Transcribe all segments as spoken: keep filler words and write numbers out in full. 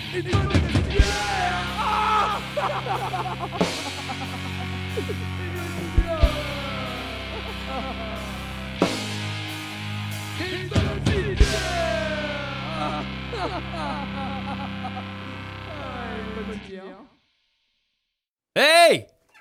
Hey!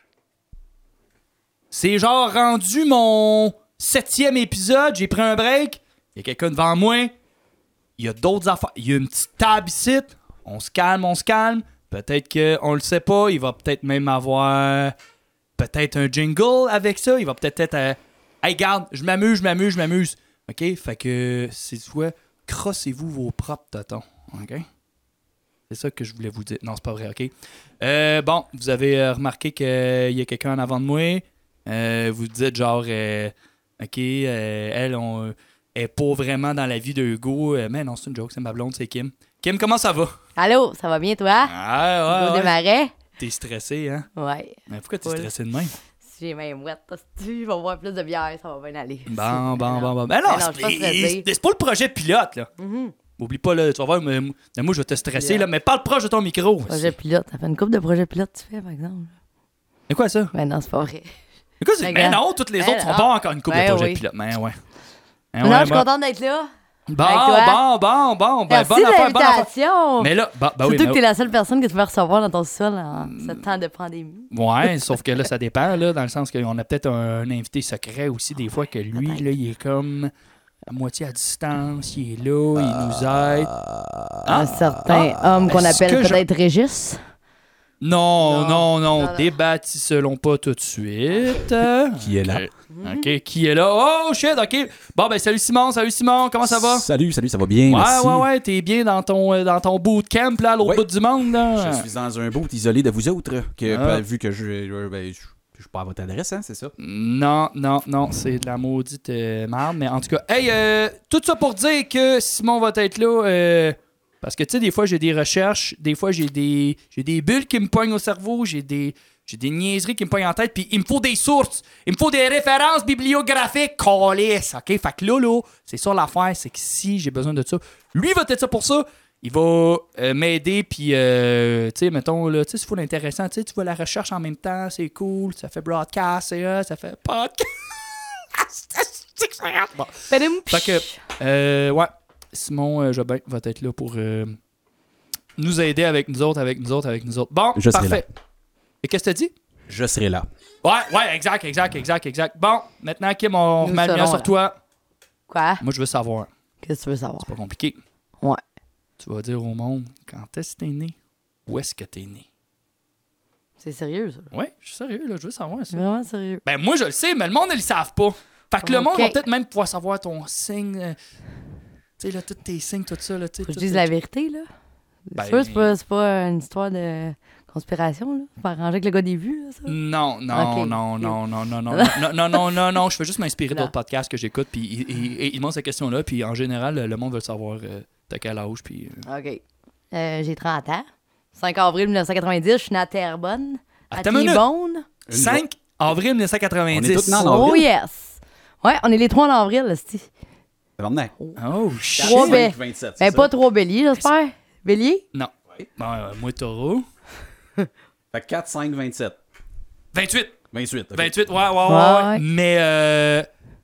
C'est genre rendu mon septième épisode, j'ai pris un break, il y a quelqu'un devant moi, il y a d'autres affaires, il y a une petite table ici, on se calme, on se calme, peut-être qu'on le sait pas, il va peut-être même avoir peut-être un jingle avec ça, il va peut-être être... Euh, hey, garde, je m'amuse, je m'amuse, je m'amuse. OK? Fait que, c'est quoi? Crossez-vous vos propres totons. OK? C'est ça que je voulais vous dire. Non, c'est pas vrai, OK? Euh, bon, vous avez euh, remarqué qu'il y a quelqu'un en avant de moi. Euh, vous dites genre, euh, OK, euh, elle, on, elle est pas vraiment dans la vie de Hugo. Euh, mais non, c'est une joke, c'est ma blonde, c'est Kim. Kim, comment ça va? Allô, ça va bien, toi? Ah, ouais, Hugo ouais. Desmarais? T'es stressé, hein? Ouais. Mais pourquoi t'es Cool. stressé de même? Si j'ai main mouette, tu vas boire plus de bière, ça va bien aller. Bon, bon, non. bon, bon. Ben non, Mais non, je suis pas c'est, stressée. c'est pas le projet pilote, là. Mm-hmm. Oublie pas, là, tu vas voir, mais, mais moi, je vais te stresser, Yeah. là, mais parle proche de ton micro. Projet pilote. Ça fait une couple de projets pilotes tu fais, par exemple. C'est quoi ça? Ben non, c'est pas vrai. C'est quoi, c'est... Mais Regarde. non, toutes les Ben autres sont non. pas encore une couple Ben de projets oui. pilotes. Mais ouais. Ben non, ouais, je suis bon. contente d'être là. Bon, avec toi. bon, bon, bon. Ben, Merci bonne de affaire, bonne affaire. l'invitation. Mais là, bah, bah oui, Surtout mais... que t'es la seule personne que tu peux recevoir dans ton sol en ce temps de pandémie. Ouais, sauf que là, ça dépend, là, dans le sens qu'on a peut-être un, un invité secret aussi, des fois, que lui, là, il est comme à moitié à distance, il est là, il nous aide. Un certain homme qu'on est-ce appelle que je- peut-être Régis. Non, non, Non. non, Non, non. débattissons pas tout de suite. Qui est là? OK, qui est là? Oh, shit, OK. Bon, ben, salut Simon, salut Simon, comment ça va? Salut, salut, ça va bien, Ouais, merci. ouais, ouais, t'es bien dans ton, euh, dans ton bootcamp, là, à l'autre Ouais. bout du monde, là. Je suis dans un bout isolé de vous autres, que, Ah. ben, vu que je, je, ben, je, je suis pas à votre adresse, hein, c'est ça? Non, non, non, c'est de la maudite euh, merde, mais en tout cas, hey, euh, tout ça pour dire que Simon va être là, euh, parce que, tu sais, des fois, j'ai des recherches, des fois, j'ai des j'ai des bulles qui me poignent au cerveau, j'ai des j'ai des niaiseries qui me poignent en tête, puis il me faut des sources, il me faut des références bibliographiques, calisse, OK? Fait que là, là, c'est ça l'affaire, c'est que si j'ai besoin de ça, lui va être ça pour ça, il va euh, m'aider, puis, euh, tu sais, mettons, là, tu sais, c'est full intéressant, tu sais, tu vois la recherche en même temps, c'est cool, ça fait broadcast, c'est euh, ça fait podcast. Bon. Fais-le Fait que, euh, ouais, Simon euh, Jobin va être là pour euh, nous aider avec nous autres, avec nous autres, avec nous autres. Bon, Je serai parfait. Et qu'est-ce que tu dis? Je serai là. Ouais, ouais, exact, exact, exact, exact. Bon, maintenant, Kim, on Nous remet la lumière serons sur là. toi. Quoi? Moi, je veux savoir. Qu'est-ce que tu veux savoir? C'est pas compliqué. Ouais. Tu vas dire au monde, quand est-ce que t'es né? Où est-ce que t'es né? C'est sérieux, ça? Ouais, je suis sérieux, là, je veux savoir ça. C'est vraiment sérieux. Ben, moi, je le sais, mais le monde, ils le savent pas. Fait que le Ok. monde va peut-être même pouvoir savoir ton signe. euh, tu sais, là, tous tes signes, tout ça, là, tu sais. Faut que je tout- dise tout- la vérité, là. C'est Ben, sûr, c'est pas, c'est pas une histoire de conspiration, là. Faut arranger avec le gars des vues, là, ça. Non, non, Ok. non, non, non, non, non, non, non, non, non, non, non, je fais juste m'inspirer Non. d'autres podcasts que j'écoute, puis ils, ils, ils demandent ces questions-là, puis en général, le monde veut savoir euh, t'as quel âge, puis... euh, OK. Euh, j'ai trente ans. cinq avril dix-neuf cent quatre-vingt-dix, je suis née à Terrebonne. À Attends une minute. T-Bone. cinq avril dix-neuf cent quatre-vingt-dix. On est tous nés en Oh avril. yes! Ouais, on est les trois en avril, là, c'est Tabarnak. Oh, shit. Trois bé- vingt-sept, Ben, c'est pas ça? trop bélier, j'espère. Bélier? Non. Bon, euh, moi, taureau. Fait que quatre, cinq, vingt-sept. vingt-huit. vingt-huit. ok. vingt-huit, ouais, ouais, ouais. Ouais, ouais. ouais. Mais, euh...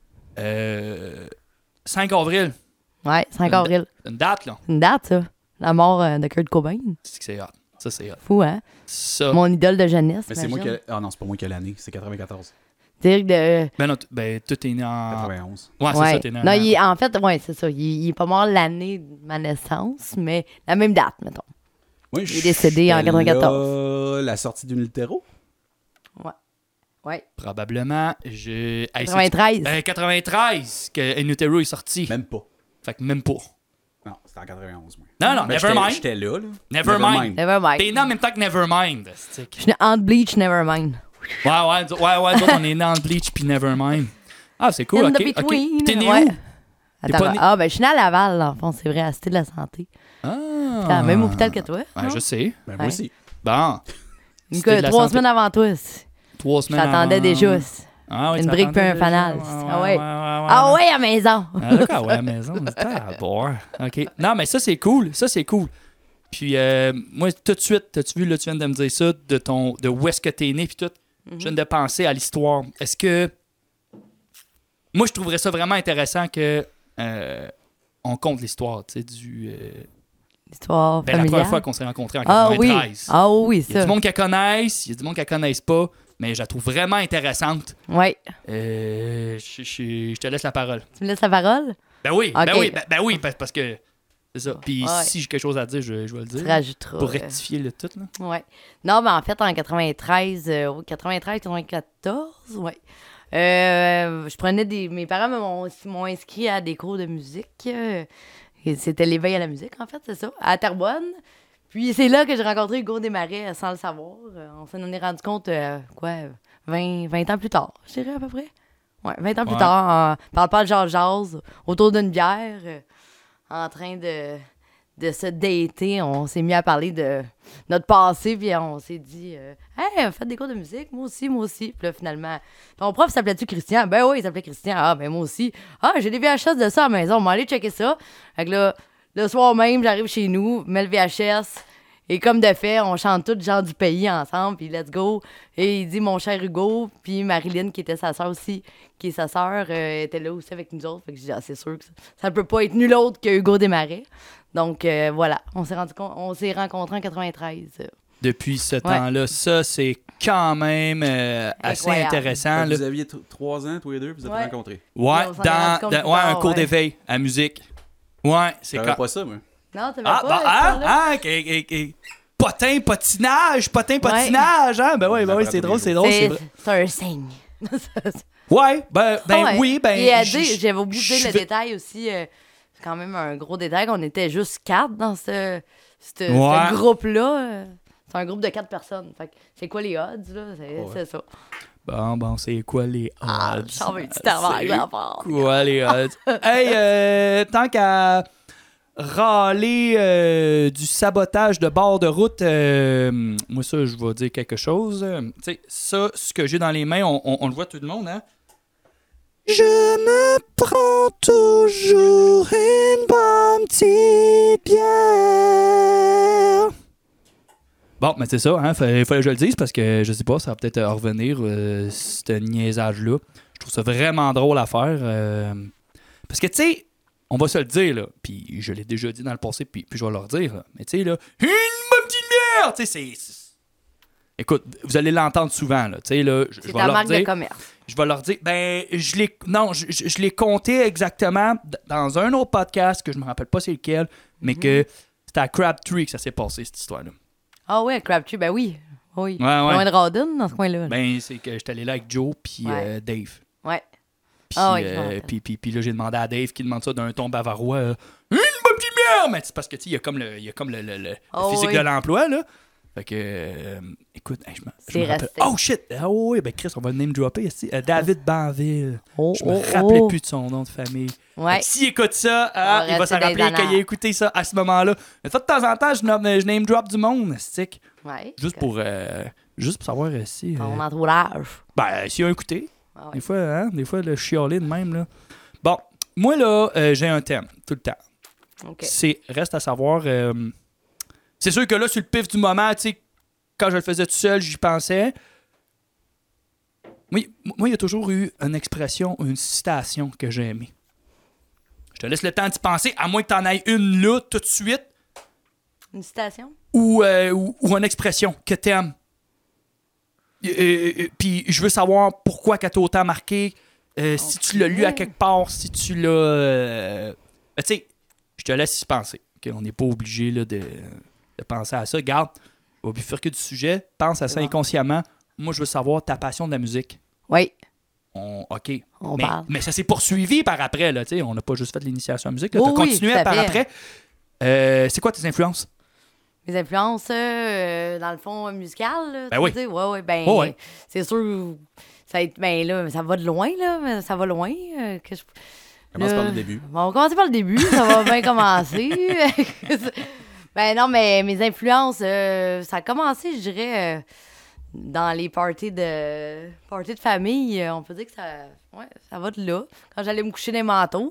euh cinq avril. Ouais, cinq avril. Une date, là. C'est une date, ça. La mort euh, de Kurt Cobain. C'est que c'est hot. Ça, c'est hot. Fou, hein? Ça... Mon idole de jeunesse. Mais c'est moi qui imagine. ai... Ah non, c'est pas moi qui ai l'année, c'est quatre-vingt-quatorze. Direct de... Ben non, t- ben, tout est né en... quatre-vingt-onze. Ouais, c'est ouais. ça, t'es né en... Non, il est- en fait, ouais, c'est ça. Il, il est pas mort l'année de ma naissance, mais la même date, mettons. Oui, Il est décédé en j'étais quatre-vingt-quatorze. là, la sortie d'Uniltero. Ouais. Ouais. Probablement, je... Hey, c'est- quatre-vingt-treize. Euh, quatre-vingt-treize que In Utero est sorti. Même pas. Fait que même pas. Non, c'était en quatre-vingt-onze, moi. Non, non, Ben, Nevermind. j'étais- J'étais là, là. Nevermind. Nevermind. T'es né en même temps que Nevermind. c'est que- Je suis née entre Bleach, Nevermind. Ouais, ouais, nous- ouais, ouais, nous autres, on est né en Bleach puis Nevermind. Ah, c'est cool, In ok. the ok. between. Puis T'es né Ouais. où? Attends, pas né- ah, ben, je suis née à Laval, dans le fond, c'est vrai, à la Cité de la Santé. Ah. T'as le même hôpital que toi. Ouais, non? je sais. Ben, Ouais. moi aussi. Bon. Une Cité de co- la trois Santé. semaines avant toi. c'est- Trois Je semaines t'attendais avant. déjà. Ah, ouais, Une tu brique puis un t'attendais fanal. déjà. Ah ouais. ouais, ouais. Ah ouais, à maison. Ah, d'accord, ouais, à la maison. C'est à bord. OK. Non, mais ça, c'est cool. Ça, c'est cool. Puis euh, moi, tout de suite, as-tu vu, là, tu viens de me dire ça, de ton de où est-ce que t'es né, puis tout. Mhm. Je viens de penser à l'histoire. Est-ce que... Moi, je trouverais ça vraiment intéressant que euh, on compte l'histoire, tu sais, du... Euh, L'histoire ben, la familiale. première fois qu'on s'est rencontrés en Ah oui. quatre-vingt-treize. Ah oui, Il y a ça. du monde qui la connaissent, il y a du monde qui la connaissent pas, mais je la trouve vraiment intéressante. Oui. Euh, je, je- je te laisse la parole. Tu me laisses la parole? Ben oui, Ok. ben oui, ben, ben oui, parce, parce que c'est ça. Puis Ouais. si j'ai quelque chose à dire, je, je vais le Tu dire. rajouteras. Pour euh, rectifier le tout, là. Ouais. Non, mais en fait, en quatre-vingt-treize, euh, quatre-vingt-treize, quatre-vingt-quatorze, ouais. Euh, je prenais des. Mes parents m'ont, m'ont inscrit à des cours de musique. euh, et c'était l'éveil à la musique, en fait, c'est ça, à Terrebonne. Puis c'est là que j'ai rencontré Hugo Desmarais euh, sans le savoir. Euh, on s'en est rendu compte, euh, quoi, vingt, vingt ans plus tard, je dirais à peu près. Ouais, vingt ans plus Ouais. tard, en parle pas de Georges Jazz, autour d'une bière, euh, en train de, de se dater. On s'est mis à parler de notre passé, puis on s'est dit euh, Hey, faites des cours de musique, moi aussi, moi aussi. Puis là, finalement, ton prof s'appelait-tu Christian? Ben oui, il s'appelait Christian. Ah, ben moi aussi. Ah, j'ai des V H S de ça à la maison, on va aller checker ça. Fait que là, le soir même, j'arrive chez nous, mets le V H S. Et comme de fait, on chante tous gens du pays ensemble, puis let's go. Et il dit mon cher Hugo, puis Marilyn, qui était sa sœur aussi, qui est sa sœur, euh, était là aussi avec nous autres. Fait que j'ai dit, ah, c'est sûr que ça, ça ne peut pas être nul autre que Hugo Desmarais. Donc euh, voilà, on s'est rendu compte, on s'est rencontrés en quatre-vingt-treize. Depuis ce Ouais. temps-là, ça, c'est quand même euh, assez Incroyable. intéressant. Fait que là. Vous aviez t- trois ans, tous les deux, puis vous êtes Ouais. rencontrés. Ouais, on s'en est rendu dans, compte dans- plus ouais, un tard, cours ouais. d'éveil à musique. Ouais, c'est J'avais quand... pas ça, moi. Non, t'avais Ah, pas bah, cette ah, histoire-là? ah, ok, ok, ok. Potin, patinage, potin, patinage, hein? Ben oui, ben oui, c'est drôle, c'est drôle, c'est C'est, vrai. c'est un signe. Ouais, ben, ben Ouais. oui, ben... Et à j- dire, j- j'avais oublié de je dire le vais- détail aussi. euh, c'est quand même un gros détail qu'on était juste quatre dans ce, ce, ce Ouais. groupe-là. euh. C'est un groupe de quatre personnes. Fait que c'est quoi les odds, là? C'est, Ouais. c'est ça. Bon, bon, c'est quoi les odds? Ah, j'en veux un petit avant, C'est grand fort. quoi les odds? Hey, euh, tant qu'à râler euh, du sabotage de bord de route, euh, moi ça, je vais dire quelque chose. Euh, Tu sais, ça, ce que j'ai dans les mains, on, on- on le voit tout le monde, hein? Je me prends toujours une bonne petite bière. Bon, mais c'est ça, hein, fallait, fallait que je le dise parce que je sais pas, ça va peut-être euh, revenir, euh, ce niaisage-là. Je trouve ça vraiment drôle à faire. euh, parce que, tu sais, on va se le dire, là, puis je l'ai déjà dit dans le passé, puis, puis je vais leur dire, là, mais tu sais, là, une bonne petite bière! Tu sais, c'est, c'est- Écoute, vous allez l'entendre souvent, là, tu sais, là, je, je C'est vais ta leur marque de dire... commerce. Je vais leur dire, ben, je l'ai. Non, je, je, je l'ai compté exactement d- dans un autre podcast que je me rappelle pas c'est lequel, mais que c'était à Crabtree que ça s'est passé, cette histoire-là. Ah oui, à Crabtree, ben oui. Oui. Ouais, ouais. Loin de Rawdon, dans ce coin-là. Ben, c'est que j'étais allé là avec Joe puis Ouais. euh, Dave. Ouais. Puis, Ah oui, je euh, m'en rappelle. puis, puis, puis là, j'ai demandé à Dave qui demande ça d'un ton bavarois. euh, une bonne petite bière! Mais c'est parce que, tu sais, il y a comme le, il y a comme le, le- le- le Oh physique oui. de l'emploi, là. Fait que, euh, écoute, hey, je me, je C'est me rappelle. resté. Oh shit! Ah oui, ben Chris, on va le name dropper. ici. Euh, David Banville. Oh, Je me oh, rappelais oh. plus de son nom de famille. Ouais. S'il écoute ça, ah, On il va reste s'en dans les rappeler annales. qu'il a écouté ça à ce moment-là. Mais de temps en temps, je name, je name drop du monde, stick. Ouais. Juste pour, euh, juste pour savoir euh, si. euh, Ton entourage. ben, s'ils ont écouté. Ah ouais. Des fois, hein, des fois, le chialer de même, là. Bon, moi, là, euh, j'ai un thème, tout le temps. OK. C'est, reste à savoir, euh, c'est sûr que là, sur le pif du moment, tu sais, quand je le faisais tout seul, j'y pensais. Moi, moi, il y a toujours eu une expression, une citation que j'ai aimée. Je te laisse le temps d'y penser, à moins que tu en aies une là, tout de suite, Une citation? ou, euh, ou, ou une expression que t'aimes. Euh, euh, euh, Puis je veux savoir pourquoi qu'elle t'a autant marqué, euh, si tu l'as lu à quelque part, si tu l'as... euh, ben, tu sais, je te laisse y penser. ok? On n'est pas obligé là, de, de penser à ça. Garde, on va faire que du sujet, pense à ça bon. inconsciemment. Moi, je veux savoir ta passion de la musique. Oui. On, OK. On mais, parle. mais ça s'est poursuivi par après. Là, tu sais, on n'a pas juste fait l'initiation à la musique. Tu as Oui, oui, continué tout à par fait. après. Euh, c'est quoi tes influences? Mes influences, euh, dans le fond, musicales, là, Ben tu oui. veux dire? Ouais, ouais, ben, Ouais, ouais. c'est sûr, ça, va être- ben, là, ça va de loin, là, mais ça va loin. euh, que je- Commence là- par le début. Bon, on va commencer par le début, ça va bien commencer. Ben non, mais mes influences, euh, ça a commencé, je dirais, euh, dans les parties de parties de famille. euh, On peut dire que ça, ouais, ça va de là. Quand j'allais me coucher dans les manteaux,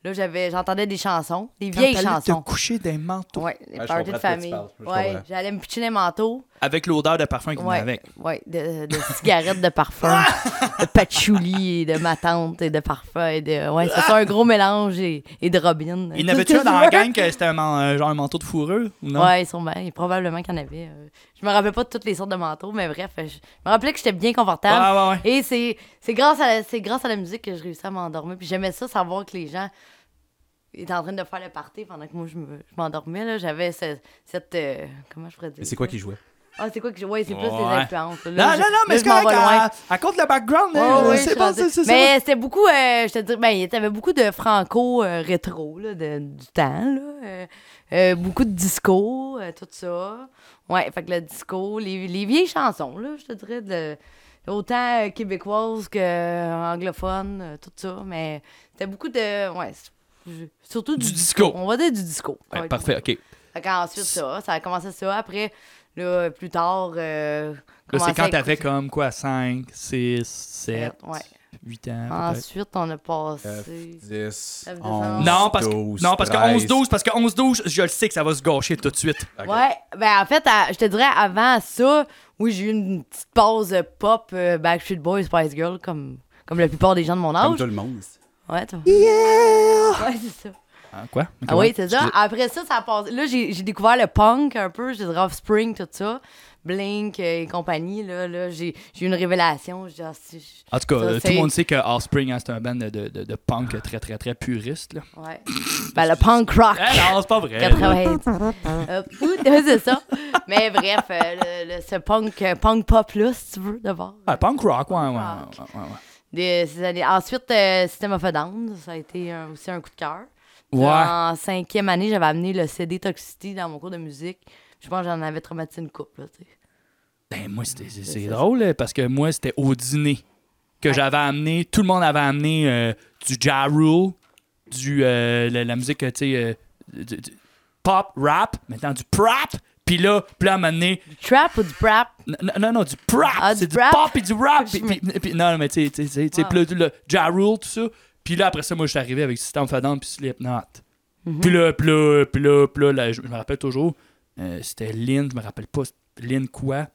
Là, j'avais, j'entendais des chansons, des Quand vieilles t'allais chansons. te coucher des manteaux. Ouais, les Ouais, je parties de comprends de quoi tu famille. parles. Je Ouais, comprends. j'allais me pitcher les manteaux. Avec l'odeur de parfum qui venait Ouais, avec. ouais, de, de cigarettes de parfum, de patchouli et de ma tante et de parfum et de... Ouais, c'est ça, un gros mélange et, et de Robin. Il y en avait-tu un dans la gang que c'était un, man- euh, genre un manteau de fourrure ou non? Ouais, sûrement. Et probablement qu'il y en avait. euh. Je me rappelle pas de toutes les sortes de manteaux, mais bref, euh, je me rappelais que j'étais bien confortable. Ouais, ouais, ouais. Et c'est, c'est, grâce à la, c'est grâce à la musique que je réussis à m'endormir. Puis j'aimais ça, savoir que les gens étaient en train de faire le party pendant que moi, je, me, je m'endormais. Là. J'avais ce- cette... euh, comment je pourrais dire Mais c'est quoi ça? qui jouait? Ah, c'est quoi que je... Ouais, c'est plus Ouais. des influences. Là, Non, Là, je- non, non, mais là, c'est je m'en correct. vais loin. À, à cause de le background, Ouais, hein, ouais, c'est je bon, suis c'est c'est ça. Mais c'était beaucoup, euh, je te dis, ben, il y avait beaucoup de franco euh, rétro là, de, du temps, là. Euh, euh, beaucoup de disco, euh, tout ça. Ouais, fait que le disco, les, les vieilles chansons, là, je te dirais, de, autant euh, québécoises qu'anglophones, euh, tout ça. Mais c'était beaucoup de, ouais, c'est- surtout du, Du disco. On va dire du disco. Ouais, Ouais, parfait, ok. Fait qu'ensuite, ça, ça a commencé ça. Après, là, plus tard, euh, Là, c'est commencé quand à t'avais écouter- comme quoi, cinq, six, sept, Ouais. huit ans. peut-être. Ensuite, on a passé... neuf, dix, neuf, onze, Non, parce que, douze, non, parce que treize. onze douze, parce que onze douze, je le sais que ça va se gâcher tout de suite. Ok. Ouais, ben en fait, à- je te dirais, avant ça, oui, j'ai eu une petite pause euh, pop, euh, Backstreet Boys, Spice Girl, comme, comme la plupart des gens de mon Comme âge. tout le monde. Ouais, toi. Yeah! Ouais, c'est ça. Ah, quoi? Ok, Ah ouais. oui, c'est ça. Après ça, ça a passé. Là, j'ai j'ai découvert le punk un peu, je te dirais Offspring, tout ça. Blink euh, et compagnie, là, là j'ai j'ai eu une révélation. Je dis, ah, si, je- En tout cas, Ça, euh, tout c'est- le monde sait que Offspring, hein, c'est un band de, de, de, de punk très, très, très puriste. Là. Ouais. Ben, le punk rock. Eh non, c'est pas vrai. quatre-vingts. Euh, ouh, c'est ça. Mais bref, euh, le, le- ce punk, euh, punk pop-là, si tu veux, d'abord. Ah, punk rock, ouais, ouais, ouais, Rock. ouais, ouais. Des- ces années. Ensuite, euh, System of a Down, ça a été un- aussi un coup de cœur. Puis Ouais. En cinquième année, j'avais amené le C D Toxicity dans mon cours de musique. Je pense que j'en avais traumatisé une couple, là, tu sais. Ben, moi, c'était, c'est, c'est C'est drôle, là, parce que moi, c'était au dîner que Ouais. j'avais amené. Tout le monde avait amené euh, du Ja Rule, du, euh, la, la musique, tu sais, euh, du- du pop, rap, maintenant du prap. Puis là, puis là, à un moment donné, Du trap ou du prap? n- n- non, non, du prap, Ah, c'est du du prap? pop et du rap. Je Puis, puis- puis- non, mais tu sais, tu sais, tu sais, Wow. puis là, le Ja Rule, tout ça. Puis là, après ça, moi, je suis arrivé avec System of a Down puis Slipknot. Mhm. Puis là, puis là, puis là, puis là, là, je je me rappelle toujours, euh, c'était Lynn, je me rappelle pas, Lynn quoi.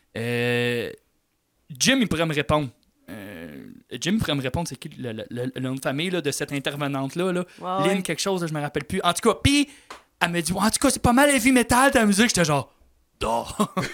Euh, Jim, il pourrait me répondre. Euh, Jim pourrait me répondre, c'est qui le, le- le- le nom de famille là, de cette intervenante-là. Là. Ouais, Lynn, ouais. quelque chose, là, je me rappelle plus. En tout cas, puis elle me dit, ouais, en tout cas, c'est pas mal heavy metal ta musique. J'étais genre, Duh.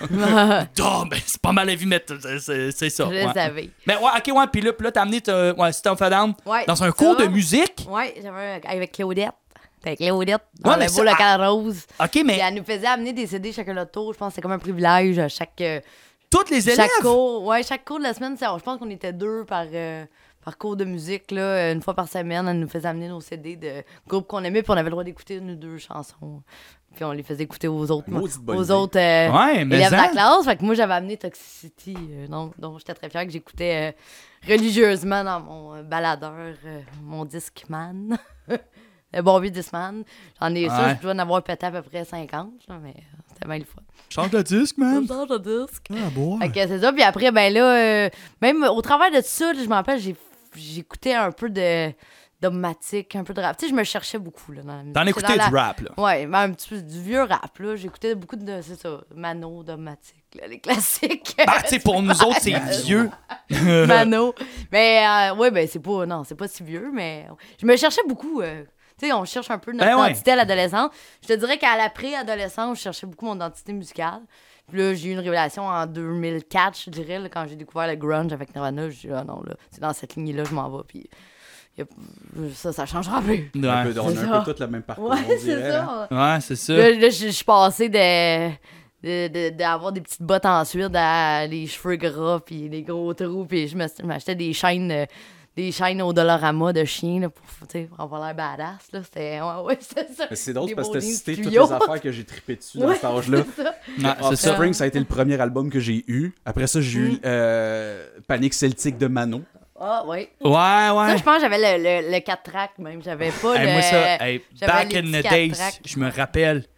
Duh, ben c'est pas mal heavy metal, c'est- c'est c'est ça. Je le ouais. savais. Mais ouais, ok, ouais, puis là, puis là t'as amené ta- ouais, System of a Down Ouais, dans un ça. cours de musique. Ouais, j'avais un- avec Claudette. Avec Claudette, dans Ouais, mais le beau ça- local rose. Ok, Puis mais elle nous faisait amener des C D chacun notre tour. Je pense que c'est comme un privilège à chaque, euh, toutes les élèves. chaque cours. Ouais, chaque cours de la semaine, c'est- je pense qu'on était deux par, euh, par cours de musique. Là, une fois par semaine, elle nous faisait amener nos C D de groupes qu'on aimait. Puis on avait le droit d'écouter une ou deux chansons. Puis on les faisait écouter aux autres, Maudite bonne aux idée. autres euh, Ouais, mais élèves de la ça. classe. Fait que moi, j'avais amené Toxicity, euh, dont, dont j'étais très fière que j'écoutais euh, religieusement dans mon euh, baladeur, euh, mon Discman. Le bon vieux Discman. J'en ai ça, Ouais. je dois en avoir pété à peu près cinquante, là, mais euh, c'était bien le fun. Change le disque, man. Je change de disque. Ah, bon. Fait que c'est ça. Puis après, ben là, euh, même au travers de tout ça, là, je me rappelle, j'ai, j'écoutais un peu de dogmatique, un peu de rap. Tu sais, je me cherchais beaucoup là, dans la musique. T'en C'est écoutais dans du la- rap, là. Ouais, mais un petit peu du vieux rap, là. J'écoutais beaucoup de, c'est ça, Mano, dogmatique, là, les classiques. Bah, tu sais, pour nous autres, c'est vieux. Mano. Mais, euh, ouais, ben, c'est pas, non, c'est pas si vieux, mais je me cherchais beaucoup. euh, tu sais, on cherche un peu notre Ben ouais. identité à l'adolescence. Je te dirais qu'à la pré-adolescence, je cherchais beaucoup mon identité musicale. Puis là, j'ai eu une révélation en deux mille quatre, je dirais, là, quand j'ai découvert le grunge avec Nirvana. Je dis, ah non, là, c'est dans cette ligne-là, je m'en vais. Puis y a- ça, ça changera plus. Un Ouais, peu- on c'est a un ça. peu tout le même parcours. Ouais, on c'est dirait, hein. ça. ouais, c'est ça. Là, là, je je suis passée de, de, de- d'avoir des petites bottes en suite à les cheveux gras puis des gros trous. Puis je me- je m'achetais des chaînes, euh, des chaînes au Dollarama de chien là, pour, tu sais, pour avoir l'air badass. Là. C'était, ouais, ouais, c'est ça. Mais c'est drôle Des parce que t'as beaux cité lignes toutes tuyaux. les affaires que j'ai trippé dessus dans Ouais, cet âge-là. c'est ça. Ouais, c'est ça. Offspring, ça a été le premier album que j'ai eu. Après ça, j'ai eu euh, Panique Celtique de Mano. Ah, ouais. Ouais, Ça, ouais. je pense que j'avais le, le, le quatre tracks même. J'avais pas Hey, le. moi, ça, hey, j'avais back les in the petits days, quatre tracks. je me rappelle,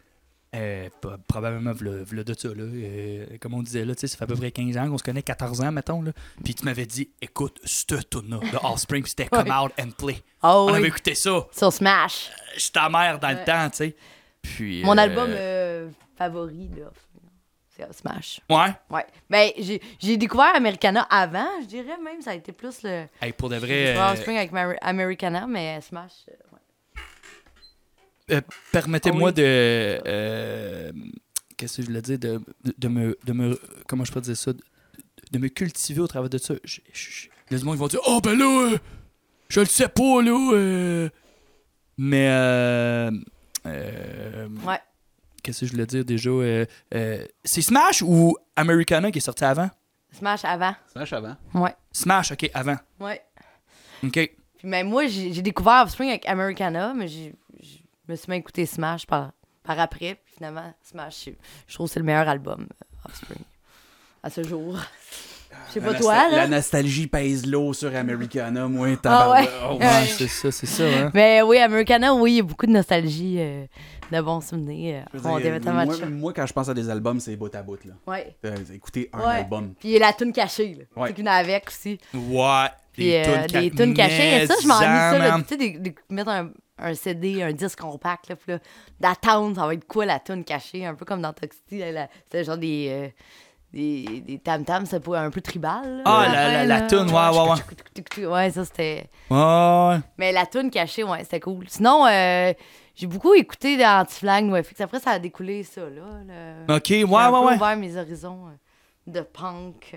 Euh, p- probablement v'là, v'là de ça, là. Euh, comme on disait, là, tu sais, ça fait à peu près quinze ans qu'on se connaît, quatorze ans, mettons, là. Puis tu m'avais dit, écoute, cette tune-là, de Offspring, puis c'était Come Ouais. Out and Play. Oh, On oui. avait écouté ça. Sur Smash. Je suis ta mère dans Ouais. le temps, tu sais. Puis. Mon euh, album euh, favori, là, c'est euh, Smash. Ouais. Ouais. Ben, j'ai, j'ai découvert Americana avant, je dirais même. Ça a été plus le. Hey, pour de J'ai vrai. découvert euh, Offspring avec Mar- Americana, mais Smash. euh, ouais. euh, permettez-moi Ah oui. de. euh, Qu'est-ce que je voulais dire? De, de, de me, de me. Comment je peux dire ça? De, de me cultiver au travers de ça. Je, je, je- les gens ils vont dire, oh ben là, euh, je le sais pas, là. euh. Mais. Euh, euh, Ouais. Qu'est-ce que je voulais dire déjà? Euh, euh, c'est Smash ou Americana qui est sorti avant? Smash avant. Smash avant. Ouais. Smash, ok, avant. Ouais. Ok. Puis même moi, j'ai, j'ai découvert Offspring avec Americana, mais j'ai, je me suis même écouté Smash par, par après. Puis finalement, Smash, je, je trouve que c'est le meilleur album, euh, Offspring, à ce jour. Je sais pas La toi, nostal- là. La nostalgie pèse l'eau sur Americana, moi, Ah tabarnak. ouais. Oh, Ouais, c'est ça, c'est ça, hein. Mais oui, Americana, oui, il y a beaucoup de nostalgie, euh, de bons souvenirs. Je veux On dire, avait tellement de moi, choses. moi, quand je pense à des albums, c'est bout à bout, là. Ouais. Euh, écoutez un Ouais. album. Puis il y a la toune cachée, là. Ouais. C'est qu'il y en a avec aussi. Ouais. Puis euh, des tunes cachées. Et ça, je m'ennuie ça, là. Tu sais, des- des- mettre un, un C D, un disque compact, là, puis là, d'attendre, ça va être quoi la tune cachée? Un peu comme dans Toxicity, là, la- c'était genre des... euh, des, des tam-tams, c'est pas un peu tribal. Là, Ah, à la- fin, la- la là. toune, ouais, ouais, ouais. Ouais, ça, c'était... Ouais. Mais la toune cachée, ouais, c'était cool. Sinon, euh, j'ai beaucoup écouté d'Anti-Flag, NoFX. Après, ça a découlé ça, là. le- Ok, ouais, J'ai ouais, un peu ouais. ouvert mes horizons euh, de punk.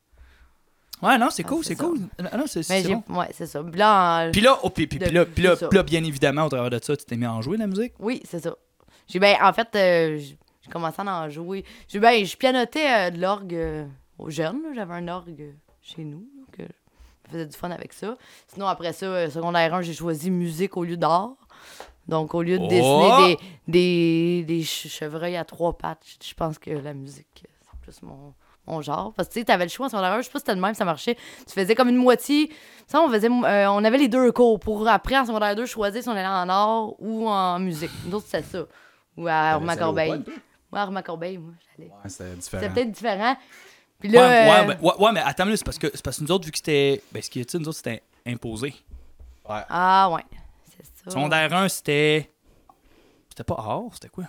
Ouais, non, c'est Ah, cool, c'est c'est ça. cool. Ah, non, c'est Mais c'est j'ai... bon. Ouais, c'est ça. Puis là, en- Puis là, oh, puis, puis, puis là, puis là, C'est ça. puis là, bien évidemment, au travers de ça, tu t'es mis à en jouer de la musique? Oui, c'est ça. J'ai ben en fait euh, j- j'ai commencé à en jouer. J'ai ben je pianotais euh, de l'orgue euh, aux jeunes, là. J'avais un orgue euh, chez nous, donc euh, je faisais du fun avec ça. Sinon après ça euh, secondaire un, j'ai choisi musique au lieu d'art. Donc au lieu de Oh! dessiner des des des ch- chevreuils à trois pattes, je je pense que la musique euh, c'est plus mon mon genre. Parce que tu sais, t'avais le choix en secondaire un, je sais pas si c'était le même, ça marchait. Tu faisais comme une moitié. Ça, on faisait, euh, on avait les deux cours pour après, en secondaire deux, choisir si on allait en art ou en musique. Nous autres, c'était ça. Ou à Armand T'allais au Corbeil. pod, toi? Ouais, à Armand Corbeil, moi, j'allais. Ouais, c'était différent. C'était peut-être différent. Puis Ouais, là. ouais, euh, mais, ouais, ouais, mais attends, là, c'est parce que, c'est parce que nous autres, vu que c'était. Ben, ce qui est, tu sais, nous autres, c'était imposé. Ouais. Ah, ouais. C'est ça. Secondaire un, c'était. C'était pas art, c'était quoi?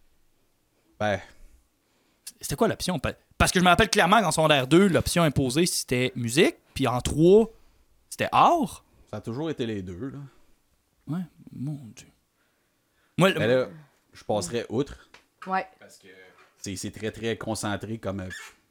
Ben, C'était quoi l'option? Pa- Parce que je me rappelle clairement qu'en secondaire deux, l'option imposée, c'était musique. Puis en trois, c'était art. ça a toujours été les deux, là. Ouais, mon Dieu. Moi, le- Mais là, je passerais outre. Ouais. Parce que c'est c'est très, très concentré comme euh,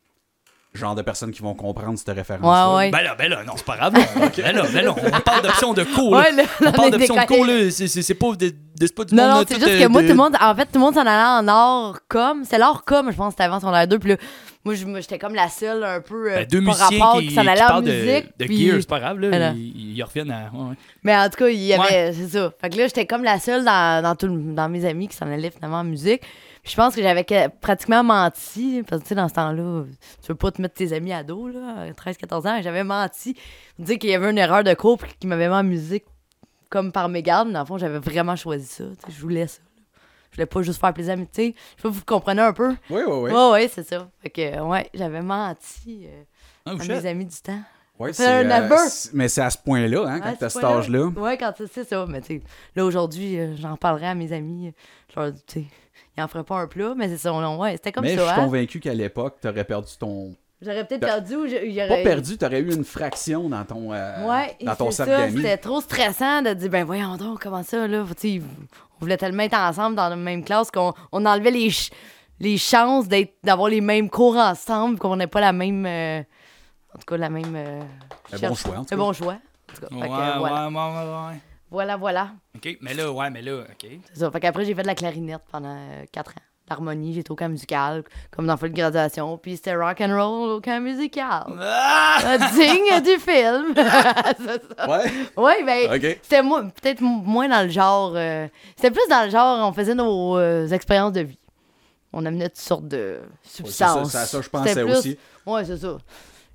genre de personnes qui vont comprendre cette référence. Ouais, ouais. ben là, ben là, non, c'est pas grave. Là. Ben là, ben là, on parle d'option de cours. là. Ouais, là, On parle on est d'option de décalé. cours, là. C'est- C'est c'est pas, de- de- c'est pas du Non, monde. non, là, c'est tout, juste euh, que moi, de- tout le monde, en fait, tout le monde s'en allait en art comme. C'est l'art comme, je pense, c'était avant secondaire deux. Puis là, moi, je- moi, j'étais comme la seule un peu. euh, Ben, deux par musiciens rapport qui, qui s'en qui allaient en parlent de, musique. de puis- gear, c'est pas grave, là. Voilà. Ils, ils reviennent à. Ouais, ouais. Mais en tout cas, il y avait. Ouais. C'est ça. Fait que là, j'étais comme la seule dans, dans, tout le- dans mes amis qui s'en allaient finalement en musique. Puis je pense que j'avais que- pratiquement menti. Parce que, tu sais, dans ce temps-là, tu veux pas te mettre tes amis à dos, là, à treize quatorze ans. Et j'avais menti. Pour dire qu'il y avait une erreur de cours puis qu'il m'avait mis en musique comme par mégarde. Mais dans le fond, j'avais vraiment choisi ça. Tu sais, je voulais ça. là. Je voulais pas juste faire plaisir à mes. Tu sais, je sais pas, vous comprenez un peu. Oui, oui, oui. Ouais, ouais, c'est ça. Fait que, ouais, j'avais menti euh, Oh, à shit. mes amis du temps. Ouais, C'est un aveu. c'est- mais c'est à ce point-là, hein, quand Ouais, t'as c'est cet pas là. âge-là. Ouais, quand c'est c'est ça. Mais tu sais, là, aujourd'hui, euh, j'en parlerai à mes amis. Je leur dis, tu sais, ils en feraient pas un plat, mais c'est ça. on- Ouais, c'était comme Mais je ça. suis hein. convaincu qu'à l'époque, t'aurais perdu ton. J'aurais peut-être T'as- perdu ou j'ai- j'aurais. Pas perdu, t'aurais eu une fraction dans ton, euh, Ouais, dans ton c'est cercle ça. d'amis. C'était trop stressant de dire, ben voyons donc, comment ça, là. Tu sais, on voulait tellement être ensemble dans la même classe qu'on on enlevait les, ch- les chances d'être d'avoir les mêmes cours ensemble, qu'on n'ait pas la même. euh, En tout cas, la même. euh, Un cherche- bon choix, en tout Un cas. bon choix. En tout cas, Ouais, fait que, ouais, voilà. ouais, ouais, ouais. Voilà, voilà. OK, mais là, ouais, mais là, OK. C'est ça. Fait qu'après, j'ai fait de la clarinette pendant euh, quatre ans. L'harmonie, j'ai été au camp musical, comme dans le de graduation. Puis c'était rock and roll au camp musical. Ah! Euh, digne du film. C'est ça. Ouais, Oui, ben, ok. c'était mo- peut-être m- moins dans le genre. euh, c'était plus dans le genre, on faisait nos euh, expériences de vie. On amenait toutes sortes de Ouais, c'est ça, substances. c'est à ça que je C'était pensais plus- aussi. Ouais, c'est ça.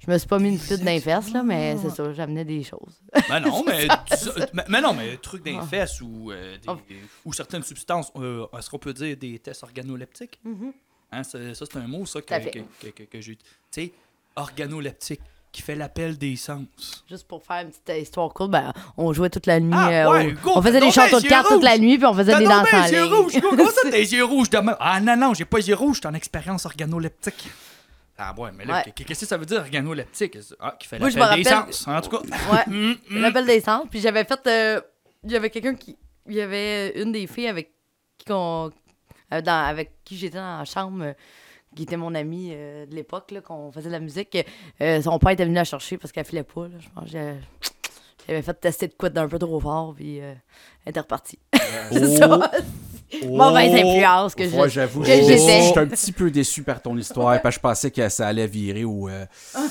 Je me suis pas mis une flûte dans les fesses, là, mais c'est ça, j'amenais des choses. Ben non, mais, tu- mais, mais non, mais truc dans les fesses ou, euh, des, Oh. des- ou certaines substances, euh, est-ce qu'on peut dire des tests organoleptiques? Mhm. Hein, c'est- ça, c'est un mot, ça, que, Tout à fait. que, que, que, que j'ai. Tu sais, organoleptique, qui fait l'appel des sens. Juste pour faire une petite euh, histoire courte, ben, on jouait toute la nuit. Ah, euh, ouais, au- go, on faisait t'as des donc bien châteaux de les cartes yeux toute la rouges. nuit, puis on faisait T'as des donc danses bien en les yeux ligne. rouges! Comment ça, t'as les yeux rouges demain? Ah non, non, j'ai pas les yeux rouges, t'es en expérience organoleptique. Ah ouais, mais là, Ouais. qu'est-ce que ça veut dire organoleptique? Ah, qui fait Moi, je l'appel me des rappelle- sens, en tout cas. Ouais, Hum, hum. l'appel des sens. Puis j'avais fait. euh, Il y avait quelqu'un qui. Il y avait une des filles avec qui, qu'on- euh, dans- avec qui j'étais dans la chambre, euh, qui était mon amie euh, de l'époque, là, qu'on faisait de la musique. Euh, son père était venu la chercher parce qu'elle filait pas. Là, je pense que j'ai- j'avais fait tester de quoi d'un peu trop fort, puis euh, elle était repartie. C'est ça. Mauvaise influence que Moi, je- j'avoue, que je suis j'étais. je suis un petit peu déçu par ton histoire, parce que je pensais que ça allait virer ou. euh,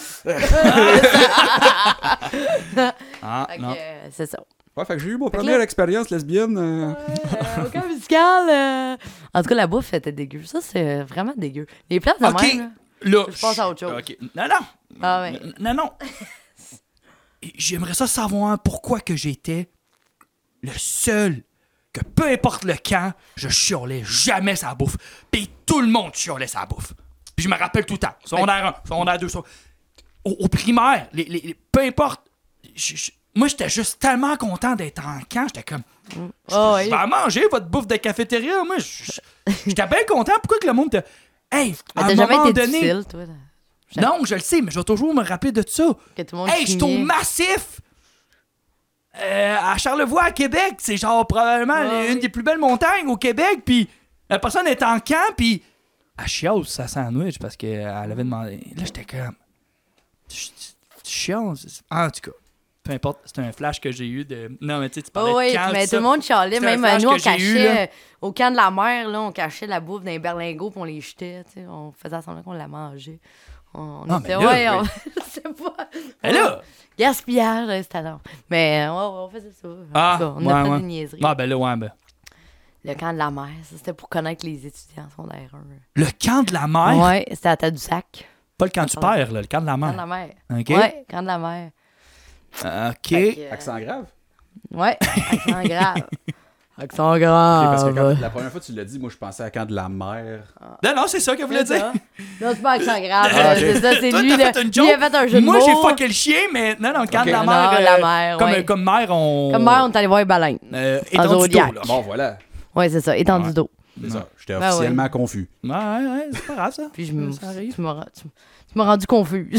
Ah, Fait que, non. euh, c'est ça. Ouais, fait que j'ai eu ma que première là- expérience lesbienne. euh, Euh, aucun musical. euh. En tout cas, la bouffe était dégueu. Ça, c'est vraiment dégueu. Les plats de Ok. même, là. Là, Je passe à autre chose. ok. Non, non. Ah ouais. N- Non, non. J'aimerais ça savoir pourquoi que j'étais le seul que peu importe le camp, je chiolais jamais sa bouffe. Puis tout le monde chiolait sa bouffe. Puis je me rappelle tout le temps. Secondaire un, secondaire deux, secondaire- Au, au primaire, les, les- les- peu importe. je- je- moi, j'étais juste tellement content d'être en camp. J'étais comme, Ah je ouais. vais manger votre bouffe de cafétéria. Moi, je- je- j'étais bien content. Pourquoi que le monde te... Hey, à Mais un t'as jamais moment été donné... difficile, toi. là. Non, je le sais, mais je vais toujours me rappeler de ça. Que tout le monde Hey, je suis au criait. Massif! Euh, à Charlevoix, à Québec. C'est genre probablement Ouais, une oui. des plus belles montagnes au Québec. Puis la personne est en camp, puis elle chiale sa sandwich parce qu'elle avait demandé. Là, j'étais comme. Tu tu chiales? En tout cas, peu importe, c'est un flash que j'ai eu de. Non, mais tu sais, tu parlais Oh, oui, de camp. mais tout tout ça. le monde chialait. C'est un Même flash nous, on que j'ai eu, cachait. là. euh, Au camp de la mer, là, on cachait la bouffe dans les berlingots, puis on les jetait. Tu sais, on faisait semblant qu'on la mangeait. On Ah, était, mais là, ouais, on... oui. je sais pas. Mais là! Gaspillage, euh, c'était long. Mais ouais, ouais, on faisait ça. En Ah, tout cas, on ouais, a fait ouais. des niaiseries. Ah, ben là, ouais, ben. Le camp de la mer, ça, c'était pour connaître les étudiants en secondaire un. Le camp de la mer? Ouais, c'était à Tadoussac. Pas le camp du père, là, le camp de la Camp de mer. la mer. OK. Ouais, camp de la mer. Euh, OK. Fait que, euh, Accent grave. Ouais, accent grave. Accent Ok, grave. parce que quand- la première fois que tu l'as dit, moi je pensais à quand de la mer. Non, non, c'est ça qu'elle voulait C'est dire. ça. Non, c'est pas accent grave. Ah, ok. C'est ça, c'est Toi, lui. t'as Là. fait une Lui, il a joke. fait un jeu de Moi, mots. j'ai fucké le chien, mais non, non, quand Ok. de la Non, mer. la euh, mer, comme, ouais. comme mère, on. Comme mère, on est allé voir les baleines. Euh, En étendu d'eau, Zodiac. là. Bon, voilà. Ouais, c'est ça, étendu Ouais. d'eau. C'est ça. J'étais Ben officiellement confus. Ouais, ouais, ouais, c'est pas grave, ça. Puis je me. Ça arrive. Tu m'as tu- tu m'as rendu confuse.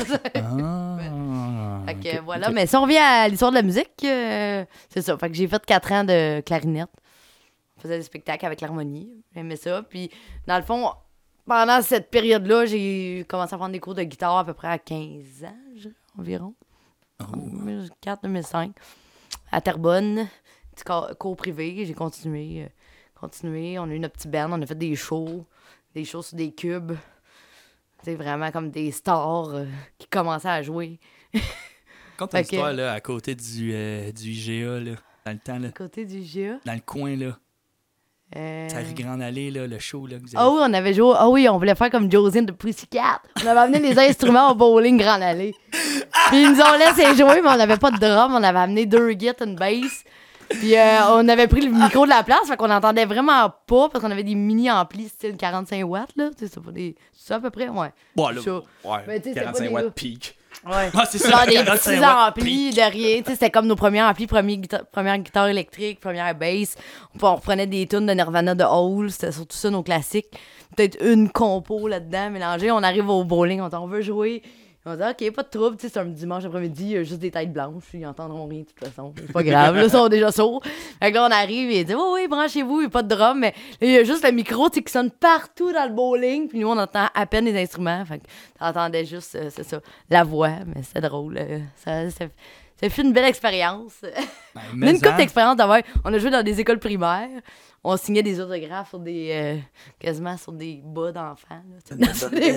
Ah. Fait que ok, voilà, ok. mais si on revient à l'histoire de la musique, euh, c'est ça. Fait que j'ai fait quatre ans de clarinette. On faisait des spectacles avec l'harmonie. J'aimais ça. Puis, dans le fond, pendant cette période-là, j'ai commencé à prendre des cours de guitare à peu près à quinze ans, je dirais, environ. deux mille quatre deux mille cinq. À Terrebonne, petit cours, cours privé. J'ai continué. euh, continué. On a eu notre petit band. On a fait des shows. Des shows sur des cubes. C'est vraiment comme des stars euh, qui commençaient à jouer. Quand Fait t'as que- l'histoire, là, à côté du, euh, du I G A, là, dans le temps, là, À côté du G A. dans le coin, là, Euh... ça Grande Allée, là, le show, là, que vous avez Ah oui, on avait joué. Ah oui, on voulait faire comme Josine de Pussycat. On avait amené les instruments au bowling Grande Allée. Puis ils nous ont laissé jouer, mais on n'avait pas de drum. On avait amené deux guitares, une bass. Puis euh, on avait pris le micro de la place, fait qu'on n'entendait vraiment pas, parce qu'on avait des mini-amplis style quarante-cinq watts, là. Tu sais, c'est pas des... C'est ça à peu près? Ouais. Bon, là, Ça. ouais. Mais tu sais, c'était pas quarante-cinq des... watts peak. Ouais. Ah, c'est ça, Genre des quarante-cinq petits watts amplis de rien. Tu sais, c'était comme nos premiers amplis, première guitare, première guitare électrique, première bass. On, on reprenait des tunes de Nirvana, de Hole. C'était surtout ça, nos classiques. Peut-être une compo là-dedans mélangée. On arrive au bowling, on dit on veut jouer. On dit OK, pas de trouble. Tu sais, c'est un dimanche après-midi, il y a juste des têtes blanches. Ils entendront rien de toute façon. C'est pas grave. Là, ils sont déjà sourds. Fait que là, on arrive et il dit oui, oui, branchez-vous, il n'y a pas de drum. Mais là, il y a juste le micro tu sais, qui sonne partout dans le bowling. Puis nous, on entend à peine les instruments. Fait que t'entendais juste, euh, c'est ça, la voix. Mais c'est drôle. euh, ça, ça, ça fait une belle expérience. Ben, On a mais une couple en- d'expériences d'avoir. On a joué dans des écoles primaires. On signait des autographes sur des. euh, quasiment sur des bas d'enfants. là, tu sais, sur des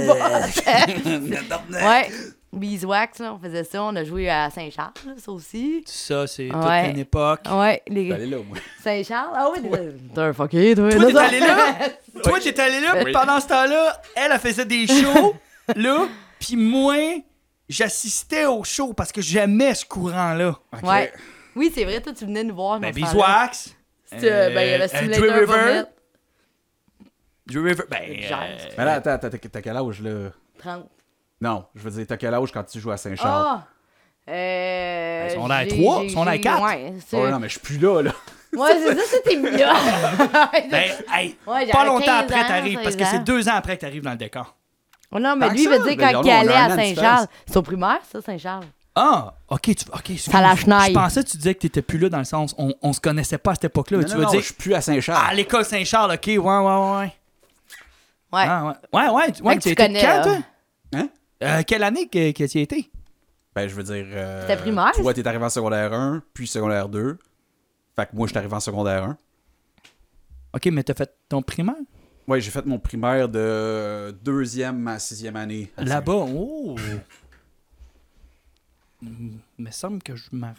bas. Ouais. Beeswax, là, on faisait ça. On a joué à Saint-Charles, là, ça aussi. Ça, c'est toute Ouais. une époque. Ouais, J'allais les. là, moi. Saint-Charles. Ah oui, t'es un fucké, toi. Toi, Non, t'es ça- allé là? Toi, t'es allé là, puis Oui. pendant ce temps-là, elle, elle faisait des shows, là, puis moi, j'assistais au show parce que j'aimais ce courant-là. Ok. Ouais. Oui, c'est vrai, toi, tu venais nous voir. Ben, dans ce temps-là. Beeswax. C'était, euh, ben, il y avait Simulator Drew River. Vomit. Drew River. Ben. Jazz. euh, Mais là, attends, t'as, t'as quel âge, là? trente. Non, je veux dire, t'as quel âge quand tu joues à Saint-Charles? Ah! Euh. Ben, secondaire j'ai- trois, j'ai- secondaire j'ai- quatre. Ouais, c'est. Oh non, mais je suis plus là, là. Ouais, c'est ça, c'était mieux. Ben, hey, Ouais, j'avais pas longtemps quinze après ans, t'arrives, parce que seize c'est ans. deux ans après que t'arrives dans le décor. Oh non, mais Tant lui, il que veut ça? dire Ben, quand on il a allait un à an de Saint-Charles. C'est au primaire, ça, Saint-Charles? Ah, ok, tu, ok. excuse. Ça la chenaille. Je pensais que tu disais que t'étais plus là dans le sens, on, on se connaissait pas à cette époque-là. Non, tu non, veux non, dire, je suis plus à Saint-Charles. à l'école Saint-Charles, ok, ouais, ouais, ouais. Ouais. Ah, ouais, ouais, ouais, tu- ouais, que tu tu étais connais, quand, là. toi? Hein? Euh, quelle année que, que tu y étais? Ben, je veux dire... Euh, C'était primaire? Toi, t'es arrivé en secondaire un, puis secondaire deux. Fait que moi, je suis arrivé en secondaire un. Ok, mais t'as fait ton primaire? Ouais, j'ai fait mon primaire de deuxième à sixième année. à Là-bas, oh! Il me semble que je m'en...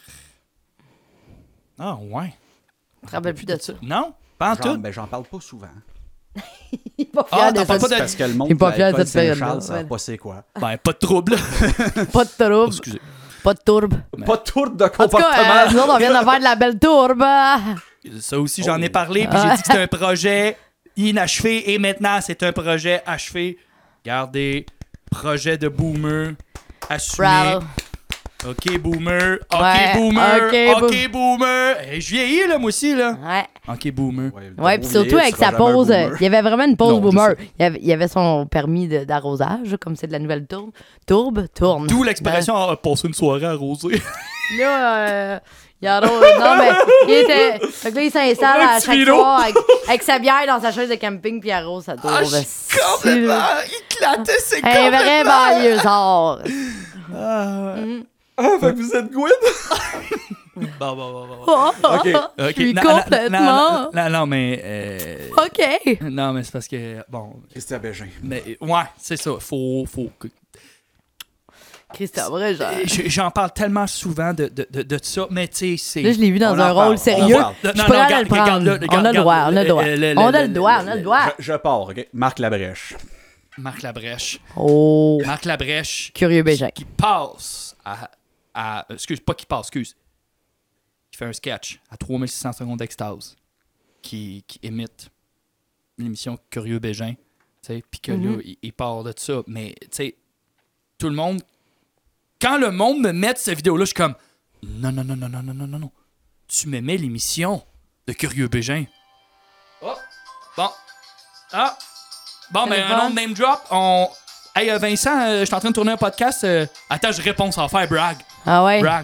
Ah, ouais. Je te rappelle plus de ça. Non? Pas en Saint- Genre, tout? ben, j'en parle pas souvent. Il est pas Ah, fier de t'en parles ça. pas de- Parce que le monde Il est pas de fier de l'école cette période-là, Saint-Charles, ça ouais. savent pas c'est quoi. Ben, pas de trouble. Pas de tourbe. Excusez. Pas de tourbe. Pas de tour de En tout comportement. cas, euh, nous autres, on vient de faire de la belle tourbe. Ça aussi, j'en ai Oh. parlé, puis j'ai dit que c'était un projet inachevé, et maintenant, c'est un projet achevé. Regardez, projet de boomer, assumé. Bravo. OK, boomer. OK, Ouais, boomer. ok, OK, boomer. Hey, je vieillis, là, moi aussi, là. Ouais. OK, boomer. Ouais, Ouais, t'as puis beau surtout vieillir, avec tu seras sa jamais un pause, euh, boomer. il y avait vraiment une pause Non, je boomer. sais. Il y avait, il y avait son permis de- d'arrosage, comme c'est de la nouvelle tourbe. Tourbe, tourne. D'où l'expression ah, passer une soirée arrosée. Là, euh, il arrose. Non, mais il était. Fait que là, il s'installe Un à petit chaque vino. soir avec, avec sa bière dans sa chaise de camping, puis il arrose sa tourbe. Ah, je suis complètement éclaté, c'est Un vrai complètement... banlieusard. Ah, ouais. Mhm. Ah, fait que vous êtes Gwyn? Bon, bon, bon, bon. Oh, Ok. Je Ok, suis non, non, complètement. Non, non, non, mais... euh, OK. Non, mais c'est parce que... Bon, Christian Bégin. mais... Ouais, c'est ça. Faut... faut que- Christophe, vrai, genre. J- J'en parle tellement souvent de, de, de, de ça, mais tu sais, c'est... Là, je l'ai vu dans On en un parle, rôle on sérieux. en parle. Je Non, suis non, prêt à regarde, le prendre. regarde, là, On a regarde, le droit, on a le regarde, droit. le- le- On a le- le droit, on a le- le droit. Je, je pars, OK? Marc Labrèche. Marc Labrèche. Oh, Marc Labrèche curieux Bégin. qui passe à, à... Excuse, pas qui passe, excuse. Qui fait un sketch à trois mille six cents secondes d'extase. Qui, qui imite l'émission Curieux Bégin. Tu sais, puis que là, Mhm. il, il part de ça. Mais, tu sais, tout le monde... Quand le monde me met cette vidéo-là, je suis comme... Non, non, non, non, non, non, non, non, non. Tu me mets l'émission de Curieux Bégin. Oh! Bon. Ah! Bon, ben, Téléphone. un autre name drop. On... Hey, euh, Vincent, euh, je suis en train de tourner un podcast. euh, Attends, je réponds sans faire brag. Ah ouais? Brag.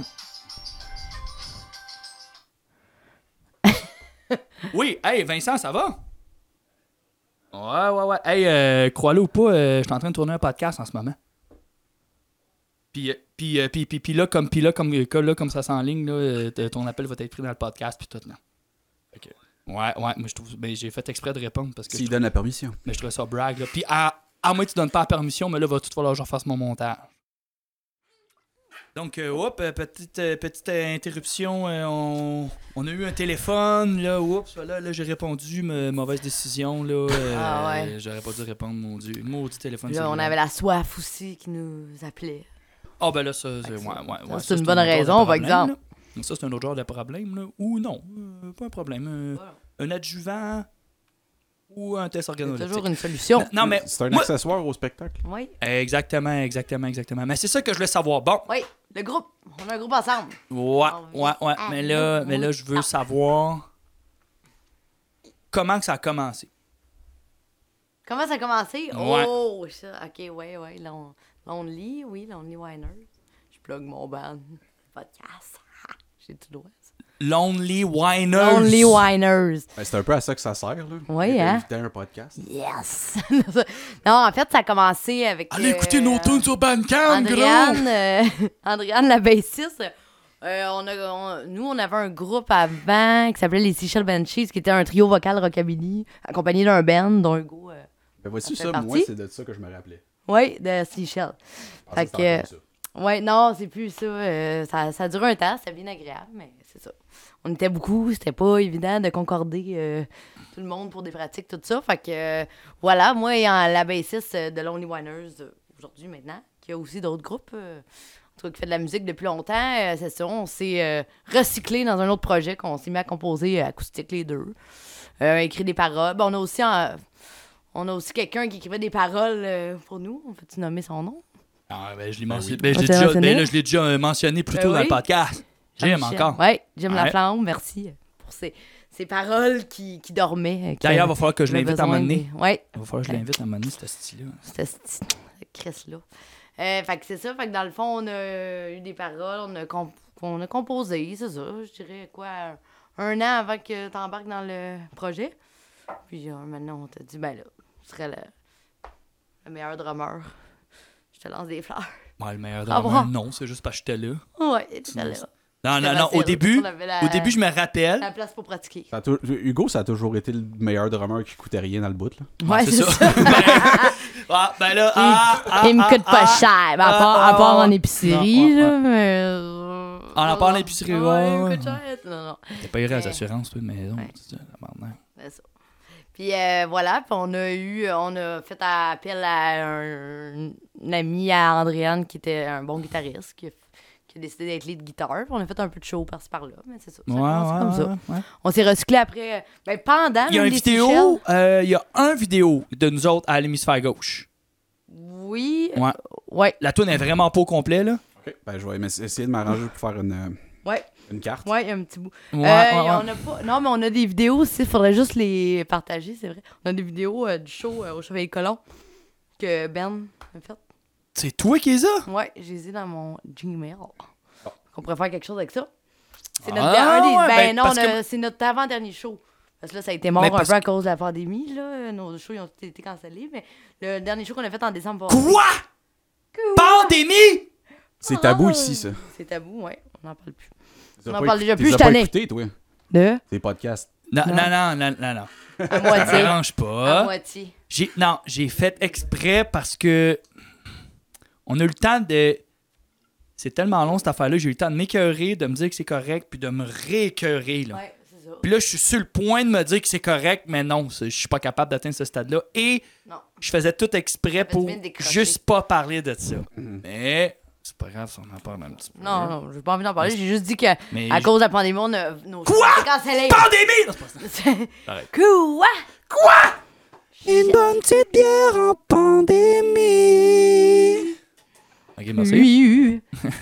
Oui, hey, Vincent, ça va? Ouais, ouais, ouais. Hey, euh, crois-le ou pas, euh, je suis en train de tourner un podcast en ce moment. Puis, euh, puis, euh, puis, puis, puis là, comme, puis là, comme, euh, là, comme ça s'enligne, là, euh, t- ton appel va être pris dans le podcast, puis tout, non. Ok. Ouais, ouais, mais je trouve, ben, j'ai fait exprès de répondre parce que je S'il trouve, donne la permission. mais je trouve ça brag, là. Puis, à, à moins que tu donnes pas la permission, mais là, va tout falloir que je refasse mon montage. Donc, euh, hop, euh, petite, euh, petite euh, interruption. euh, on, on a eu un téléphone, là, oups, là, là j'ai répondu, me- mauvaise décision, là. euh, Ah ouais. J'aurais pas dû répondre, mon Dieu. Maudit téléphone. Là, on cellulaire. avait la soif aussi qui nous appelait. Ah, ben là, ça, c'est. Fait que Ouais, ouais, ouais. ça, ça, c'est une un bonne autre genre de raison, par problème, exemple. là. Donc, ça, c'est un autre genre de problème, là. Ou non, euh, pas un problème. euh, Voilà. Un adjuvant ou un test C'est organoleptique. toujours une solution. Non, non, mais. C'est un moi- accessoire au spectacle. Oui. Exactement, exactement, exactement. Mais c'est ça que je voulais savoir. Bon, Oui, le groupe. On a un groupe ensemble. ouais, On ouais, ouais. vit Mais là, à mais là, je veux Ah. savoir comment que ça a commencé. Comment ça a commencé? Ouais. Oh, ça. OK, ouais, ouais. Lon- Lonely, oui, Lonely Winers. Je plug mon band. Podcast. J'ai tout le droit. ça. Lonely Winers. Lonely Winers. Ben, c'est un peu à ça que ça sert, là. Oui, Il est hein? invité à un podcast. Yes! Non, en fait, ça a commencé avec. Allez euh, écouter nos tunes sur Bandcamp, gros! Andréane, euh, Andréane, la bassiste. Euh, on a, on- nous, on avait un groupe avant qui s'appelait les Seashell Banshees, qui était un trio vocal rockabilly, accompagné d'un band, dont Hugo. Euh, Ben, voici Ça ça, fait moi, partie. c'est de ça que je me rappelais. oui, de Seashell. Ah, Fait ça, que- c'est encore ça. Ouais, non, c'est plus ça. euh, ça. Ça a duré un temps, c'était bien agréable, mais c'est ça. On était beaucoup, c'était pas évident de concorder euh, tout le monde pour des pratiques, tout ça. Fait que euh, voilà, moi, ayant la bassiste de Lonely Winers euh, aujourd'hui, maintenant, qui a aussi d'autres groupes. Euh, en tout cas, qui fait de la musique depuis longtemps. Euh, c'est ça, on s'est euh, recyclé dans un autre projet qu'on s'est mis à composer euh, acoustique les deux. Euh, écrit des paroles. Ben, on a aussi, euh, on a aussi quelqu'un qui écrivait des paroles euh, pour nous. On peut-tu nommer son nom? Ah, ben, je l'ai Ben mentionné, oui. ben, je l'ai On t'a déjà, mentionné? ben, là, je l'ai déjà euh, mentionné plus tôt Ben dans oui. le podcast. J'aime encore. Oui, Jim Ouais. Laflamme, merci pour ces, ces paroles qui, qui dormaient. euh, qui D'ailleurs, il avaient- va falloir que je qui avaient l'invite à un moment besoin donné. de- Ouais, Il va falloir que je l'invite à un moment donné, ce style-là. c'était ce petit Chris-là. Euh, fait que c'est ça, fait que dans le fond, on a eu des paroles, on a, comp- on a composé, c'est ça, je dirais quoi, un, un an avant que tu embarques dans le projet. Puis euh, maintenant, on t'a dit, ben là, tu serais le, le meilleur drummer. Je te lance des fleurs. Ouais, le meilleur Ah drummer, bon? non, c'est juste parce que j'étais là. Ouais, tu Sinon, là. c'est- Non, non, C'était non, au facile. début, On avait la- au début, je me rappelle. La place pour pratiquer. Ça a tou- Hugo, ça a toujours été le meilleur drummer qui coûtait rien dans le bout. Là. Ouais, c'est ça. ben, ah, ben là, ah, ah, Il me ah, coûte pas ah, cher, ben, à ah, part, ah, à part ah, en épicerie, non, là, ah, mais... euh, Ah, en part en épicerie, ouais, ouais, il me ouais. coûte cher. Non, non, T'as pas iré à Mais- les assurances, toi, de maison. Ouais. C'est ça, la merde. c'est ça. Puis euh, voilà, puis on a eu, on a fait appel à un, un ami, à Andréane, qui était un bon guitariste, qui a, qui a décidé d'être lead guitare. Puis on a fait un peu de show par-ci par-là, mais c'est ça. Ça a Ouais, commencé ouais, comme ça. ouais, ouais. On s'est recyclé après, euh, ben pendant Il y a même une les vidéo, Seychelles. euh, il y a un vidéo de nous autres à l'hémisphère gauche. Oui. Ouais. Ouais. La toune est vraiment pas au complet, là. Ok. Ben, je vais m'ess- essayer de m'arranger pour faire une, euh, Ouais. une carte. Ouais, il y a un petit bout. Ouais, Euh, ouais, on ouais. a pas... Non, mais on a des vidéos aussi. Il faudrait juste les partager, c'est vrai. On a des vidéos euh, du show euh, au Chevalier Colomb que Ben a fait. C'est toi qui les as? Ouais, j'ai les ai dans mon Gmail. On pourrait faire quelque chose avec ça. C'est Ah, notre un des... ouais, Ben, ben, non, parce on a- que- c'est notre avant-dernier show. Parce que là, ça a été mort Mais un parce peu à cause de la pandémie. Là. Nos shows ils ont été cancellés. Mais le dernier show qu'on a fait en décembre passé- Quoi? Pandémie? C'est tabou Ah! ici, ça. C'est tabou, ouais. On n'en parle plus. Tu On as en pas parle écouté- déjà tu plus, les as je pas t'en ai. écoutés, toi, De? tes podcasts. Non, Non. non, non, non, non, non. À Ça moitié. dérange À pas. moitié. J'ai, non, j'ai fait exprès parce que on a eu le temps de... C'est tellement long, cette affaire-là. J'ai eu le temps de m'écœurer, de me dire que c'est correct, puis de me réécœurer, là. Ouais, c'est ça. Puis là, je suis sur le point de me dire que c'est correct, mais non, c'est- je suis pas capable d'atteindre ce stade-là. Et Non. je faisais tout exprès Ça fait pour du bien de décrocher. juste pas parler de ça. Mais c'est pas grave si on en parle un petit peu. Non, non, j'ai pas envie d'en parler. J'ai juste dit que Mais à je- cause de la pandémie, on a nos Quoi? shows étaient cancellés. Pandémie! Non, c'est pas ça. Arrête. Quoi? Quoi? Une bonne petite bière en pandémie. Ok, merci. Oui.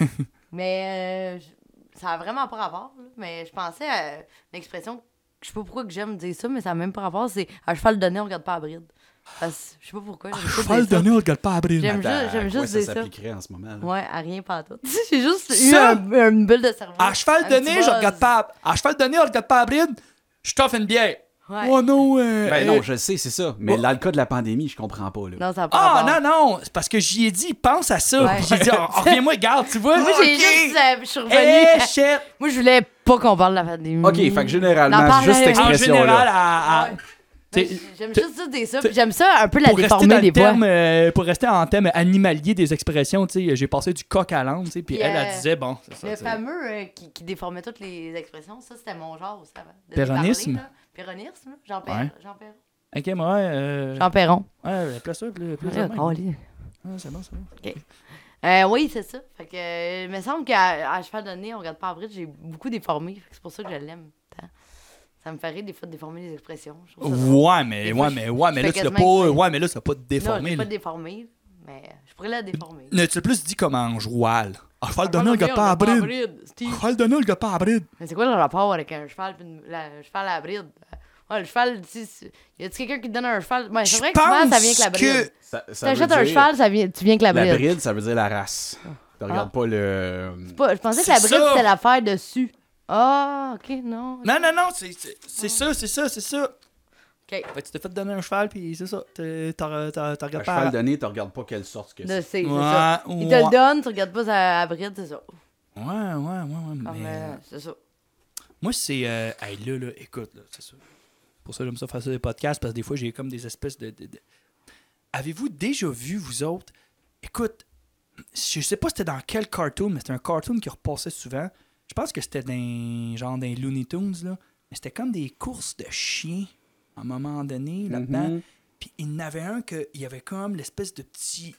Mais euh, je- ça a vraiment pas rapport. Là. Mais je pensais à une expression, je sais pas pourquoi que j'aime dire ça, mais ça a même pas rapport. C'est à cheval donné, on regarde pas à bride. Parce que je sais pas pourquoi. J'aime ça Cheval dire ça. donné, on regarde pas à bride. J'aime Attends, juste, j'aime à quoi juste ça dire ça. s'appliquerait en ce moment? Là? Ouais, à rien pas tout. J'ai juste eu Ça? un, une bulle de cerveau. À cheval Un donné, petit je buzz. regarde pas à... à cheval donné, on regarde pas à bride. Je t'offre une bière. Ouais. Oh non, euh, Ben euh, non, je le sais, c'est ça. Mais Oh. dans le cas de la pandémie, je comprends pas. Là. Non, ça a pas Ah, rapport. non, non, c'est parce que j'y ai dit, pense à ça. Ouais. Puis j'ai dit, oh, oh, reviens-moi, garde, tu vois. Moi, j'ai Ok. juste. euh, je suis revenue. Eh, shit. Moi, je voulais pas qu'on parle de la pandémie. Ok, fait que généralement, N'en parle juste cette jamais. En expression-là. général, à- à- Ouais. t'sais, Ben, J'aime t'sais, juste ça, dire ça. t'sais, puis J'aime ça un peu la pour rester déformer dans des le fois. terme, euh, pour rester en thème animalier des expressions, tu sais, j'ai passé du coq à l'âne, tu sais, puis Puis, elle, elle euh, disait, bon, c'est ça. Le c'est- fameux euh, qui, qui déformait toutes les expressions, ça, c'était mon genre aussi avant. de Péronisme? les parler, là. Péronisme, là. Jean Perron. Ouais. Jean Perron. Ok, mais ouais, euh, Jean Perron. ouais, place ça, plus, plus de Ouais, même. calé. Ah, c'est bon, c'est bon. Euh, oui, c'est ça. Fait que, euh, il me semble qu'à à cheval donné, on regarde pas en bride, j'ai beaucoup déformé. Fait que c'est pour ça que je l'aime tant. Ça me ferait des fois de déformer les expressions. Je trouve ça drôle. Ouais, mais, Des ouais, fois, mais, je- ouais, je mais fais là, tu l'as quasiment pas, exprès. ouais, mais là, tu l'as pas Non, je déformé, l'ai pas là. déformé, mais je pourrais la déformer. Ne, tu l'as plus dit comme en joual. Ah, cheval Cheval donné, on regarde pas à regarde bride. Steve. Cheval donné, on regarde pas à bride. Mais c'est quoi le rapport avec un cheval et une, la, un cheval à la bride? Ouais, le cheval, tu sais, y a-tu quelqu'un qui te donne un cheval? Ouais, c'est Je vrai que souvent, ça pense vient avec la bride. que- Ça, Si ça veut t'achètes un dire- cheval, ça vient, tu viens avec la bride. La bride, ça veut dire la race. Tu regardes Ah. pas le. Pas- je pensais que C'est la bride, ça. c'était l'affaire dessus. Ah, ok, non. Non, non, non, c'est c'est- c'est ça, c'est ça, c'est ça. Ok. Fait que tu t'es fait donner un cheval, puis c'est ça. T'es- T'as t'as- t'as Un regardé pas cheval à... donné, tu regardes pas quelle sorte que De- c'est. C'est c'est Ouais, ça. Il te ouais. le donne, tu regardes pas sa bride, c'est ça. Ouais, ouais, ouais, ouais, Comme, mais... euh, c'est ça. Moi, c'est... Euh... Hey, là, là, écoute, là, c'est ça. Pour ça, j'aime ça faire ça des podcasts, parce que des fois, j'ai comme des espèces de... de- de- Avez-vous déjà vu, vous autres... Écoute, je sais pas c'était dans quel cartoon, mais c'était un cartoon qui repassait souvent. Je pense que c'était dans... genre dans les Looney Tunes, là. Mais c'était comme des courses de chiens, à un moment donné, là-dedans. Mhm. Puis il y en avait un que il y avait comme l'espèce de petit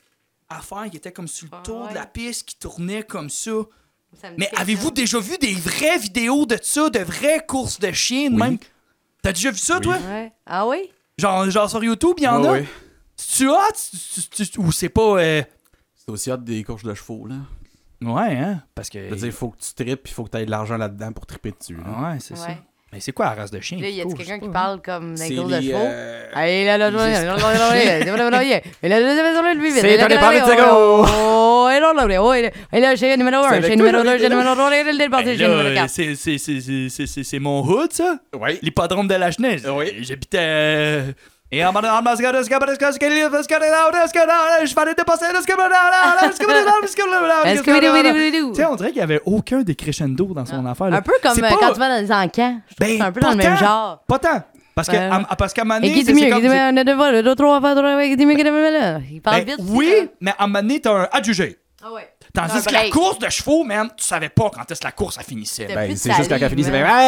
affaire qui était comme sur le Ah, tour ouais. de la piste, qui tournait comme ça. Ça me dit Mais quelque avez-vous chose. déjà vu des vraies vidéos de ça, de vraies courses de chiens de Oui. même? T'as déjà vu ça, Oui. toi? Ouais. Ah oui? Genre, genre sur YouTube, il y en Ouais, a? ouais. Tu hot? Tu- tu- tu- Ou c'est pas... euh, C'est aussi hâte des courses de chevaux, là. Ouais, hein? Parce que... Je veux dire, il faut que tu tripes, il faut que tu aies de l'argent là-dedans pour triper dessus. là. Ouais, c'est ça. Ouais. Mais c'est quoi la race de chien? Là, y a Cool, quelqu'un je sais qui pas. parle comme C'est des courses de les, chevaux? euh, Allez, là, là, là, là, là, là, là, là, là, là, là, lui, C'est là, ton là, départ, là, let's go! Oh, et là, là, là, oh, et là, et là, j'ai numéro C'est un, avec j'ai toi, numéro deux, avec j'ai toi. numéro trois, j'ai le Ben dépassé, j'ai numéro là, quatre. c'est- c'est- c'est- c'est- c'est- c'est- c'est mon hood, ça? Ouais. L'hippodrome de la Genèse. Oui. J'habitais... euh, Et en bas de la masque, de ce que de ce que de ce que de ce que de ce que je fallais dépasser de ce que de ce que de ce que Est-ce que oui, oui, oui, oui, Tu sais, on dirait qu'il y avait aucun décrescendo dans son affaire. là. Un peu comme C'est euh, pas- quand tu vas dans les encans. Je trouve que Ben, c'est un peu pas dans le même tant. genre. Pas tant. Parce que, Ouais. à, parce qu'à un moment Et donné, qui dit c'est- mieux? c'est Qui comme... dit c'est- mieux? Un, deux, trois, quatre, trois, quatre, trois, qui dit mieux? Qui dit mieux? Là, il parle Ben, vite. oui, c'est ça. mais à un moment donné, t'as un adjugé. Ah ouais. Tandis Un que la break. course de chevaux, man, tu savais pas quand est-ce que la course elle finissait. T'as Ben, plus de c'est juste quand elle salive, finit, ça fait man.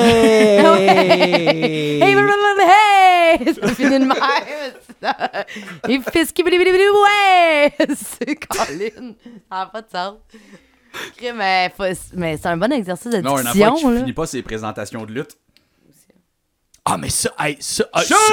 Hey! Hey, blablabla, hey! Ça finit de même. Il fait ce qu'il veut, ouais! C'est Colin. Ça n'a pas de sens. Crime, Mais, faut- mais c'est un bon exercice de Non, un enfant diction, qui là. finit pas ses présentations de lutte. Ah, mais ça, hey, ça... ah, ça-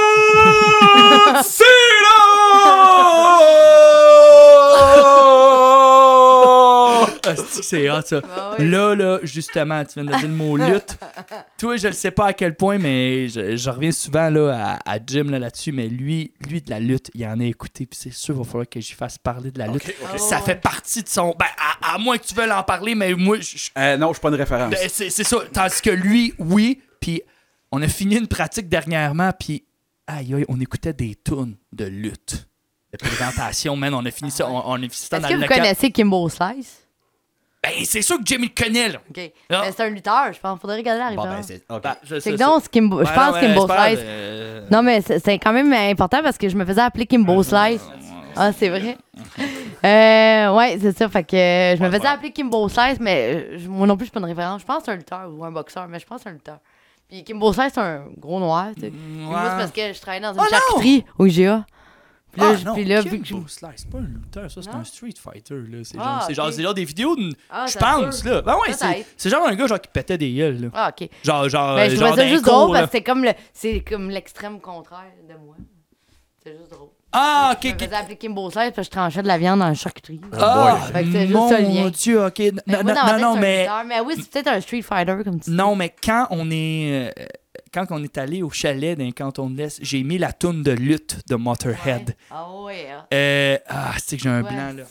Ah, c'est-tu que c'est hot, ça. Ah oui. Là, là, justement, tu viens de dire le mot lutte. Toi, je ne sais pas à quel point, mais je, je reviens souvent là, à, à Jim là, là-dessus, mais lui, lui, de la lutte, il en a écouté, puis c'est sûr qu'il va falloir que j'y fasse parler de la lutte. ok. Ça Oh, fait ouais. partie de son... Ben, à, à moins que tu veuilles en parler, mais moi, je- je- Euh, non, je suis pas une référence. ben, c'est, c'est ça. Tandis que lui, oui, puis on a fini une pratique dernièrement, puis aïe, aïe, on écoutait des tunes de lutte. De présentation, man, on a fini ça, on, on a fini ça Est-ce dans que le vous local. connaissez Kimbo Slice? Ben, c'est sûr que Jimmy le connaît, là. OK. Ah. Mais c'est un lutteur, je pense. Faudrait regarder la Bon, ben, référence. c'est. Ok. Ben, je c'est sais que ça. donc, c'est Kimbo... je Ouais, pense non, Kimbo mais c'est pas Slice. grave, euh, Non, mais c'est c'est quand même important parce que je me faisais appeler Kimbo Slice. Ah, c'est vrai? Euh, ouais, c'est ça. Fait que euh, je me faisais appeler Kimbo Slice, mais euh, je- moi non plus, je suis pas une référence. Je pense que c'est un lutteur ou un boxeur, mais je pense que c'est un lutteur. Puis Kimbo Slice, c'est un gros noir. Tu sais. Puis moi, c'est parce que je travaillais dans une Oh non! charcuterie au I G A. Puis là, Ah je- non, puis là, vu que je- Kimbo Slice, c'est pas un lutteur, ça, c'est Non? un Street Fighter, là. C'est Ah, genre, c'est ok. genre, c'est genre des vidéos, de- Ah, je ça pense, se peut. là. Ben ouais, c'est, Peut-être. c'est genre un gars genre qui pétait des gueules, là. Ah, OK. Genre, genre, Ben, je genre trouvais ça d'un juste cours, drôle là. parce que c'est comme le c'est comme l'extrême contraire de moi. C'est juste drôle. Ah, ok, Je me ok. faisais appeler Kimbo Slice parce que je tranchais de la viande dans la charcuterie. Ah, Fait que c'est juste mon ça, le lien. Dieu, ok. Mais Non, moi, non, dans ma non, tête, non, c'est un mais... lutteur. Mais oui, c'est peut-être un Street Fighter, comme tu dis. Non, mais quand on est... euh, quand on est allé au chalet d'un canton de l'Est, j'ai mis la toune de lutte de Motorhead. Ouais. Ah ouais. hein. Euh, ah, c'est que j'ai un Ouais. blanc, là.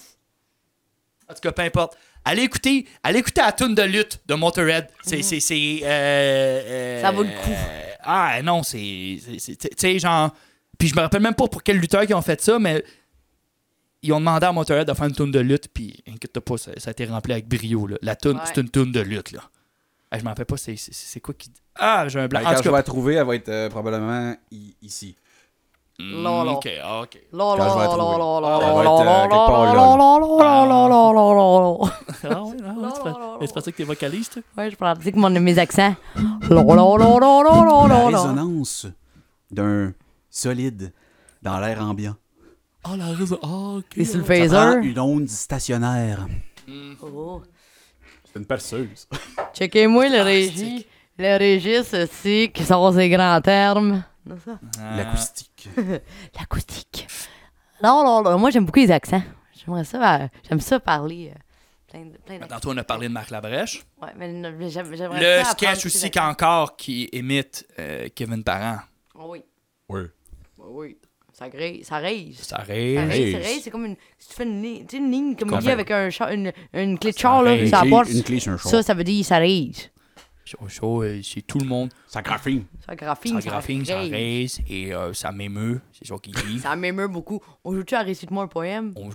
En tout cas, peu importe. Allez écouter, allez écouter la toune de lutte de Motorhead. C'est... c'est, c'est euh, euh, Ça vaut le coup. euh, ah, non, c'est... c'est- c'est- Tu sais, genre... Puis je me rappelle même pas pour quel lutteur qui ont fait ça, mais... Ils ont demandé à Motorhead de faire une toune de lutte, puis inquiète pas, ça, ça a été rempli avec brio, là. La toune, Ouais. c'est une toune de lutte, là. Ah, je m'en rappelle pas, c'est, c'est, c'est quoi qui... Ah, j'ai un blanc. Ben, En quand tout je vais cas... la trouver, elle va être euh, probablement i- ici. Mm, Lolo. ok, ah, ok. La la Quand je vais la la trouver. la la Elle la va la être, euh, la quelque part la là. la la la la la la. Ah ouais, ah ouais, c'est pas- mais c'est pas ça que t'es vocaliste? Ouais, je pratique mon, mes accents. La la la la la la La la la. résonance d'un solide dans l'air ambiant. Ah, la raison. Ah, ok. Et sur le Ça prend phaser. une onde stationnaire. Oh. C'est une perceuse. Checkez-moi le régie. Le registre aussi, qui sont ses grands termes. C'est ça? Ah. L'acoustique. L'acoustique. Non, non, non, moi j'aime beaucoup les accents. J'aimerais ça, euh, j'aime ça parler euh, plein de, plein d'accents. Tantôt, on a parlé de Marc Labrèche. Ouais, mais non, mais j'aime- j'aimerais Le ça apprendre sketch tous aussi les qu'encore qui imite euh, Kevin Parent. accents. Oui, Oui. oui. Ça grille, ça raise. Ça Ça rire. raise, raise. ça raise, c'est comme une. Si tu fais une ligne, tu sais, une ligne comme Comme il dit un- avec un char- une, une clé de Ça char, là, raise. puis ça Une apporte. clé- une clé sur un char. Ça, ça veut dire ça raise. Chaud, chaud, euh, c'est tout le monde. Ça graphine. Ça graphine, Ça graphine, ça raise. raise et euh, ça m'émeut. C'est ça qu'il dit. Ça m'émeut beaucoup. On joue-tu à récite-moi un poème? On-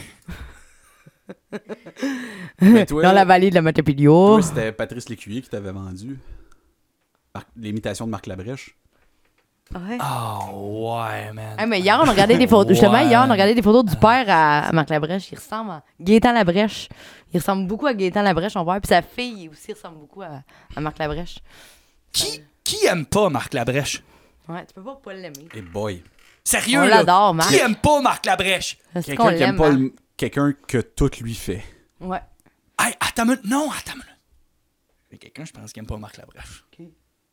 Mais toi, Dans la vallée de la Matapilio. toi, c'était Patrice Lécuyer qui t'avait vendu. Marc- L'imitation de Marc Labrèche. Ouais. Ah ouais, man. Hey, mais hier, on a regardé des photos. Justement, Ouais. hier, on a regardé des photos du père à, à Marc Labrèche. Il ressemble à Gaétan Labrèche. Il ressemble beaucoup à Gaétan Labrèche, on voit. Puis sa fille aussi ressemble beaucoup à, à Marc Labrèche. Qui, qui aime pas Marc Labrèche? Ouais, tu peux pas pas l'aimer. Et boy. Sérieux, On là? l'adore, Marc. Qui aime pas Marc Labrèche? Est-ce qu'on Quelqu'un qui aime l'aime, pas hein? le, quelqu'un que tout lui fait. Ouais. Hey, attends une minute. Non, attends une minute. Il y a quelqu'un, je pense, qui aime pas Marc Labrèche. OK.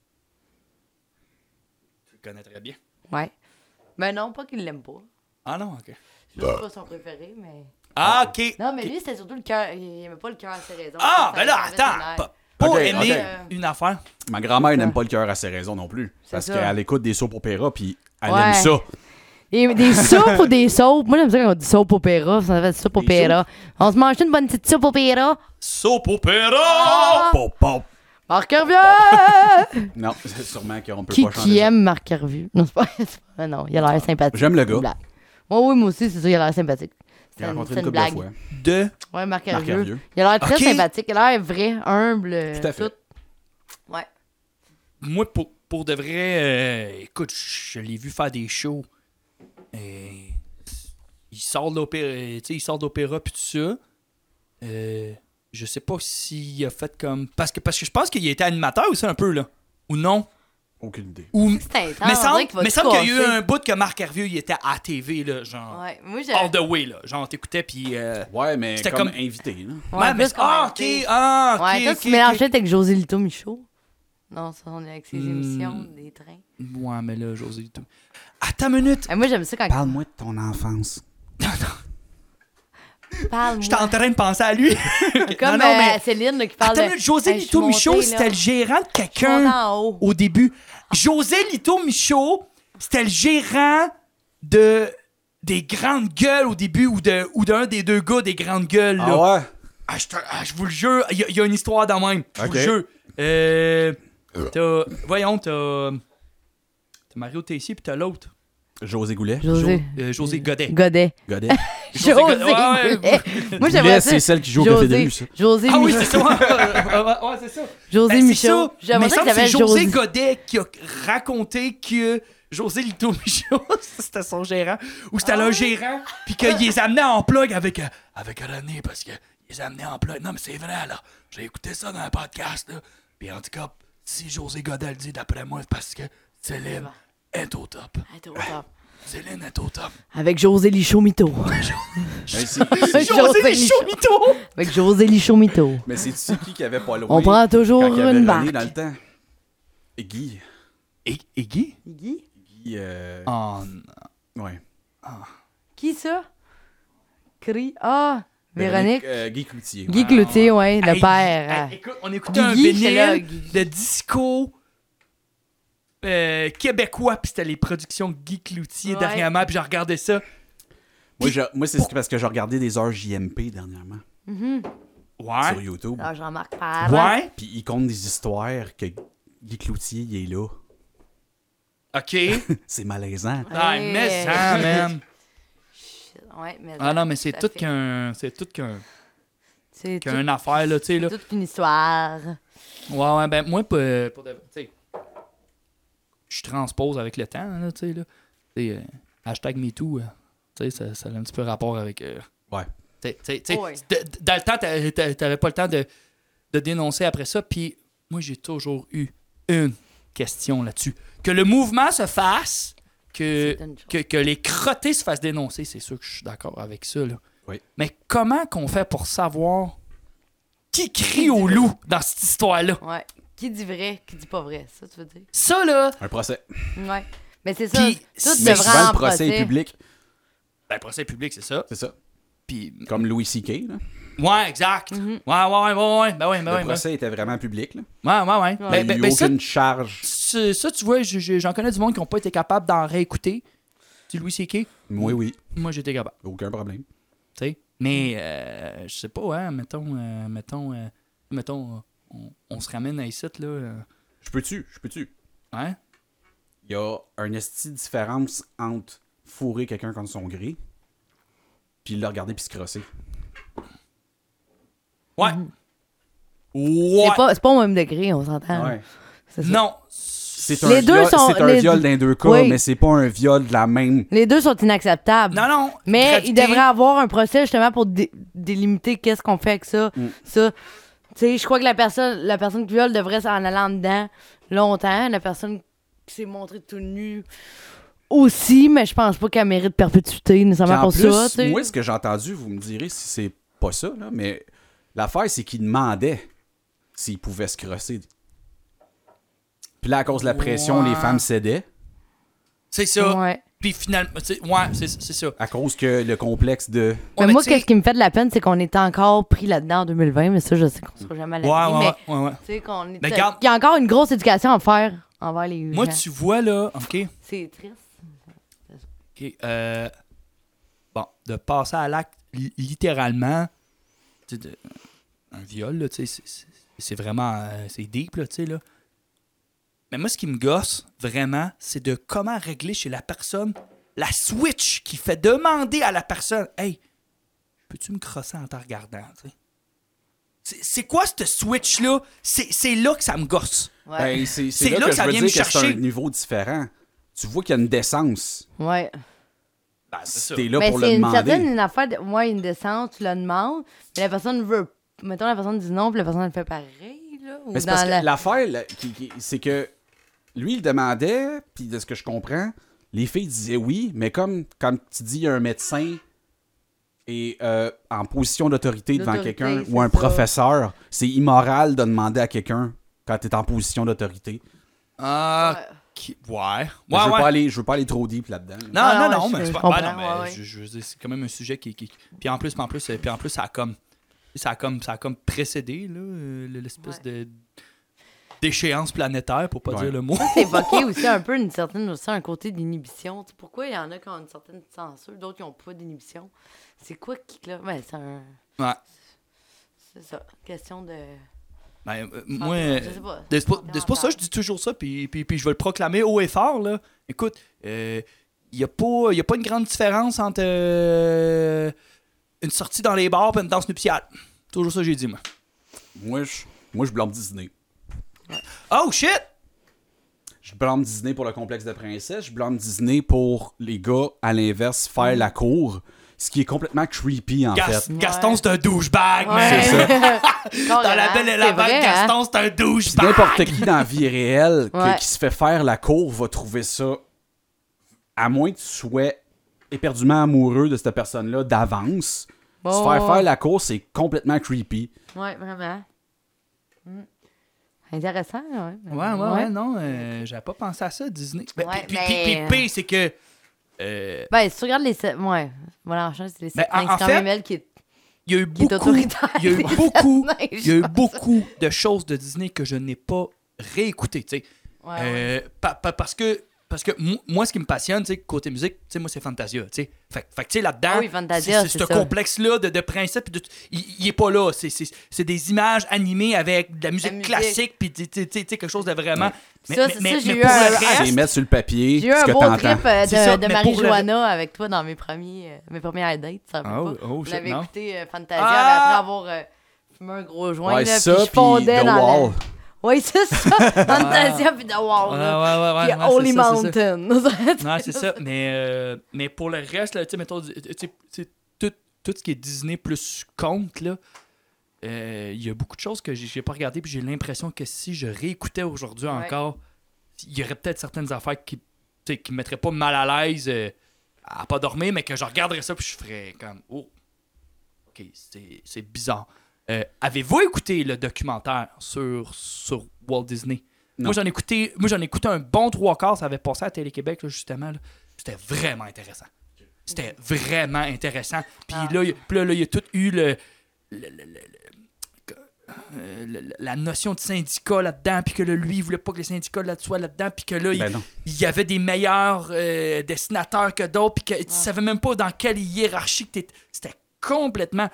Tu le connais très bien. Ouais. Ben non, pas qu'il l'aime pas. Ah non, ok. Je sais pas son préféré, mais... Ah, ok. Non, mais Ok. lui, c'était surtout le cœur. Il aimait pas le cœur à ses raisons. Ah, Ça, ben ça là, avait son attends. air. Pas, pas Ok, aimer ok. une affaire. Ma grand-mère C'est n'aime ça. pas le cœur à ses raisons non plus. Parce ça. qu'elle écoute des soap opéra puis elle Ouais. aime ça. Et des soupes ou des soupes? Moi, j'aime ça quand on dit soap opéra. Ça fait soupe Des opéra. On se mange une bonne petite soupe opéra. Soap opéra! Ah! Pop, pop. Marc Hervieux! Non, c'est sûrement qu'on peut Qui, pas changer qui ça. aime Marc Hervieux? Non, c'est pas, c'est pas- non, il a l'air sympathique. J'aime le C'est une gars. blague. Ouais, oui, moi aussi, c'est ça, il a l'air sympathique. J'ai C'est une, rencontré c'est une une couple de blague. fois. De. Ouais, Marc Marc Hervieux. Hervieux. Il a l'air très Ok. sympathique. Il a l'air vrai, humble. Tout à fait. Ouais. Moi, pour, pour de vrai, euh, écoute, je l'ai vu faire des shows. Et il sort de l'opéra, tu sais, il sort d'opéra puis tout ça. Euh, je sais pas s'il a fait comme parce que parce que je pense qu'il était animateur aussi un peu là, ou non. Aucune idée. Ou C'est intense. mais on semble, dirait qu'il va mais tout semble qu'il y a eu casser. un bout que Marc Hervieux il était à T V là, genre Ouais, moi, j'ai. all the way là, genre t'écoutais puis euh, Ouais, mais C'était comme, comme- invité. Là. Ouais, ouais, mais plus qu'on ah a ok été. ah ok Ouais, toi, ok, tu mélanges ok. peut-être avec José Lito Michaud. Non, ça, on est avec ses Hmm. émissions, des trains. Ouais mais là José tout. Attends une minute. Ah, moi, j'aime ça quand Parle-moi de ton enfance. il parle. J'étais en train de penser à lui. Comme non, non, euh, mais- Céline là, qui parle Attends, de. une minute, José Hey, je suis Lito montée, Michaud, là. c'était le gérant de Je suis montée quelqu'un en haut. au début. José Lito Michaud, c'était le gérant de des grandes gueules au début ou de ou d'un des deux gars des grandes gueules. Là. Ah ouais? Ah, je, te- ah, je vous le jure, il y, a- il y a une histoire dans même. Je vous Ok. le jure. Euh, t'as, voyons, t'as, t'as Mario Tessier puis t'as l'autre. José Goulet. José. Jo- euh, José Godet. Godet. Godet. José Godet. Ouais, ouais, Goulet. Moi, j'aimerais Goulet, ça. c'est celle qui joue au José, Café de rue, ça. José Ah oui, Michaud. c'est ça. Ouais, ouais, ouais, c'est ça. José Ben, c'est Michaud. ça. J'aimerais Mais ça ça, qu'il c'est s'appelle José José. Godet qui a raconté que José Lito Michaud, c'était son gérant, ou c'était Ah leur ouais? gérant, puis qu'il les amenait en plug avec, euh, avec René, parce qu'il les amenait en plug. Non, mais c'est vrai, là. J'ai écouté ça dans un podcast, là. Puis en tout cas, si José Godet le dit, d'après moi, c'est parce que Céline est au top. Ah, t'es au top. Céline est au top. Avec José Lichaud Mito. Mais c'est- Avec José Michaud Lichaud. Mito! Avec José Lichaud Mito. Mais c'est-tu qui qui avait pas loin? On prend toujours quand il y avait une René barque. dans le temps? Et Guy. Et, et Guy? Guy? Guy, euh... Oh, non. ouais. Qui ça? Cri. Ah, Véronique. euh, Guy Cloutier. Guy Cloutier, ouais, le Hey, père. hey, écoute, on écoutait un Guigui, j'étais là, vinyle Guigui. de disco euh, québécois, puis c'était les productions Guy Cloutier Ouais. dernièrement, puis j'ai regardé ça. Moi, je- moi c'est parce que j'ai regardé des heures J M P dernièrement Mhm. sur Ouais. YouTube. Ah, Jean-Marc Parent. Ouais. Puis il compte des histoires que Guy Cloutier, il est là. OK. C'est malaisant. Ah, Ouais. mais ça, man. Ouais, mais Ah non, mais c'est tout à tout fait. qu'un. C'est tout qu'un. C'est tout- qu'une affaire, là, tu sais, là. toute une histoire. Ouais, ouais, ben, moi, pour, pour de- tu sais, je transpose avec le temps, là, tu sais, là. Tu sais, euh, hashtag MeToo, euh, tu sais, ça, ça a un petit peu rapport avec. euh, Ouais. Tu sais, tu sais, tu sais, Ouais. d- d- dans le temps, t'a- t'a- t'avais pas le temps de, de dénoncer après ça. Puis moi, j'ai toujours eu une question là-dessus. Que le mouvement se fasse, que, C'est une chose. que, que les crottés se fassent dénoncer, c'est sûr que je suis d'accord avec ça. Là. Oui. Mais comment qu'on fait pour savoir qui crie Qui au dit loup dans cette histoire-là? Ouais. Qui dit vrai, qui dit pas vrai, ça tu veux dire? Ça, là, Un procès. Ouais. Mais c'est ça. Puis, Tout mais Mais devrait souvent, en le procès est procès. public. ben, procès public, c'est ça. C'est ça. Puis, Comme Louis C K. Là. ouais, exact. Mhm. Ouais, ouais, ouais, ouais, ouais. Ben, ouais, ben, Le ouais, ben, procès était vraiment public. Là. ouais, ouais, ouais. Ouais. Ben, il ben, n'y a ben, ça, aucune charge. Ça, ça, tu vois, je- je- j'en connais du monde qui n'ont pas été capables d'en réécouter. Du Louis C K. Oui, oui. Moi, j'étais capable. Aucun problème. Tu sais. Mais, euh, je sais pas, hein, mettons, euh, mettons, euh, mettons, euh, on, on se ramène à ici, là. euh, Je peux-tu? Je peux-tu? hein? Il y a un esti de différence entre fourrer quelqu'un contre son gré puis le regarder puis se crosser. Ouais. Mhm. Ouais. C'est pas, c'est pas au même degré, on s'entend. Ouais. C'est ça. Non. C'est un, Les deux viol, sont- c'est un les- viol dans les deux cas, Oui. mais c'est pas un viol de la même. Les deux sont inacceptables. Non, non. Mais Gravité. il devrait avoir un procès justement pour dé- délimiter qu'est-ce qu'on fait avec ça. Mm. Ça. Tu sais, je crois que la personne, la personne qui viole devrait s'en aller en dedans longtemps. La personne qui s'est montrée tout nue aussi, mais je pense pas qu'elle mérite perpétuité nécessairement Puis en pour plus, ça. Tu sais. moi, ce que j'ai entendu, vous me direz si c'est pas ça, là, mais l'affaire, c'est qu'il demandait s'il pouvait se crosser. Puis là, à cause de la pression, Ouais. les femmes cédaient. C'est ça. Ouais. Puis finalement, tu sais, ouais, c'est c'est ça. À cause que le complexe de... Ouais, mais moi, tu sais- ce qui me fait de la peine, c'est qu'on est encore pris là-dedans en deux mille vingt, mais ça, je sais qu'on sera jamais à Ouais, l'abri. ouais, mais ouais, ouais. tu sais, qu'on est. Mais regarde- Il y a encore une grosse éducation à faire envers les Moi, gens. tu vois, là, OK, C'est triste. OK, euh, bon, de passer à l'acte li- littéralement, tu sais, de- un viol, là, tu sais, c'est- c'est c'est vraiment, euh, c'est deep, là, tu sais, là. Mais moi, ce qui me gosse, vraiment, c'est de comment régler chez la personne la switch qui fait demander à la personne, « Hey, peux-tu me crosser en te regardant, tu sais? » C'est c'est quoi cette switch-là? C'est c'est là que ça me gosse. Ouais. Ben, c'est C'est c'est là, là que, que ça je veux vient me dire que c'est un chercher. niveau différent. Tu vois qu'il y a une décence. Ouais. Ben, c'est ça. T'es là mais pour le c'est une demander. certaine une affaire de. Moi, une descente, tu la demandes, mais la personne veut. Mettons, la personne dit non, puis la personne elle fait pareil, là. Ou Mais c'est dans parce que la... l'affaire, là, qui- qui- c'est que lui, il demandait, puis de ce que je comprends, les filles disaient oui, mais comme quand tu dis il y a un médecin et euh, en position d'autorité devant D'autorité, quelqu'un c'est ou un ça. professeur, c'est immoral de demander à quelqu'un quand tu es en position d'autorité. Ah, qui- ouais. Ouais, Mais je veux ouais. pas aller, je veux pas aller trop deep là-dedans. là. Non, Ah, non, non, non, je- mais je c'est pas. comprends, Ouais, non, mais ouais, ouais. Je, je veux dire, c'est quand même un sujet qui. qui... Puis en plus, puis en plus, puis en plus, ça a comme. Ça a comme, ça a comme précédé, là, euh, l'espèce Ouais. de. D'échéance planétaire, pour pas Ouais. dire le mot. C'est évoqué aussi un peu une certaine, aussi un côté d'inhibition. Tu sais, pourquoi il y en a qui ont une certaine censure, d'autres qui n'ont pas d'inhibition? C'est quoi qui. Là? Ben, c'est un. Ouais. C'est ça. Question de. Ben, euh, moi. Je sais pas. C'est pour, c'est pour ça que je dis toujours ça, puis, puis, puis je vais le proclamer haut et fort, là. Écoute, il n'y a, pas- y a pas une grande différence entre euh, une sortie dans les bars et une danse nuptiale. Toujours ça que j'ai dit, moi. Moi, je, moi, je blâme Disney. Oh, shit! Je blâme Disney pour le complexe de princesse. Je blâme Disney pour les gars, à l'inverse, faire la cour. Ce qui est complètement creepy, en Gas- fait. Gaston, Ouais. c'est un douchebag, Ouais. man! C'est ça. Dans la belle et la C'est bête, vrai, hein? Gaston, c'est un Puis douchebag! n'importe qui dans la vie réelle que- Ouais. qui se fait faire la cour va trouver ça, à moins que tu sois éperdument amoureux de cette personne-là d'avance. Bon, se faire faire la cour, c'est complètement creepy. Ouais, vraiment. Mm. Intéressant, ouais. Ouais, ouais, ouais, non, euh, j'avais pas pensé à ça, Disney. Ben, Ouais, puis, mais- puis, puis, puis, pire, c'est que. euh, Ben, si tu regardes les. sept- Ouais. Voilà, en c'est les Ben, sept en- en quand fait, même elle qui est. Il y a eu Qui est beaucoup, autoritaire. il y a eu beaucoup, Neige, il y a eu je beaucoup de choses de Disney que je n'ai pas réécoutées, tu sais. Ouais, Euh, pa- pa- parce que, parce que mo- moi, ce qui me passionne, tu sais, côté musique, tu sais, moi, c'est Fantasia, tu sais. Fait, fait que, tu sais, là-dedans, Ah oui, Fantasia, c'est- c'est c'est ce ça. complexe-là de, de principe, puis de- il, il est pas là. C'est, c'est, c'est des images animées avec de la musique, musique. classique, puis tu sais, tu sais, quelque chose de vraiment. Mais, Ça, mais- c'est mais- ça, j'ai mais eu pour un- le un- reste, C'est mettre sur le papier J'ai eu ce un que beau t'entends. trip euh, C'est ça, de, de mais pour le- Marie-Joanna avec toi dans mes premiers, euh, mes premières dates. Ça va Oh, pas. oh, On shit, avait non. écouté euh, Fantasia Ah! mais après avoir euh, fumé un gros joint. Ouais, là, ça, puis je puis fondais The dans Wall. la... Oui, c'est ça. Fantasia puis The Wall. Ouais, là. ouais, ouais, ouais, Puis ouais, Holy c'est ça, c'est ça. Mountain. Non, c'est ça. Mais, euh, mais pour le reste, là, tu sais, mettons, tu sais, tu sais, tout, tout ce qui est Disney plus compte, là, euh, il y a beaucoup de choses que j'ai j'ai pas regardées, puis j'ai l'impression que si je réécoutais aujourd'hui Ouais. encore, il y aurait peut-être certaines affaires qui, tu sais, qui me mettraient pas mal à l'aise euh, à pas dormir, mais que je regarderais ça, puis je ferais comme, oh, ok, c'est c'est bizarre. Euh, Avez-vous écouté le documentaire sur, sur Walt Disney? Non. Moi, j'en ai écouté, moi, j'en ai écouté un bon trois quarts. Ça avait passé à Télé-Québec, là, justement. là. C'était vraiment intéressant. C'était vraiment intéressant. Puis Ah. là, il- puis là, là, il y a tout eu le, le- le- le- le- euh, le- la notion de syndicat là-dedans, puis que là, lui, il voulait pas que les syndicats là soient là-dedans, puis que là, il, Ben non. il y avait des meilleurs euh, dessinateurs que d'autres, puis que tu savais même pas dans quelle hiérarchie que t'étais. C'était complètement...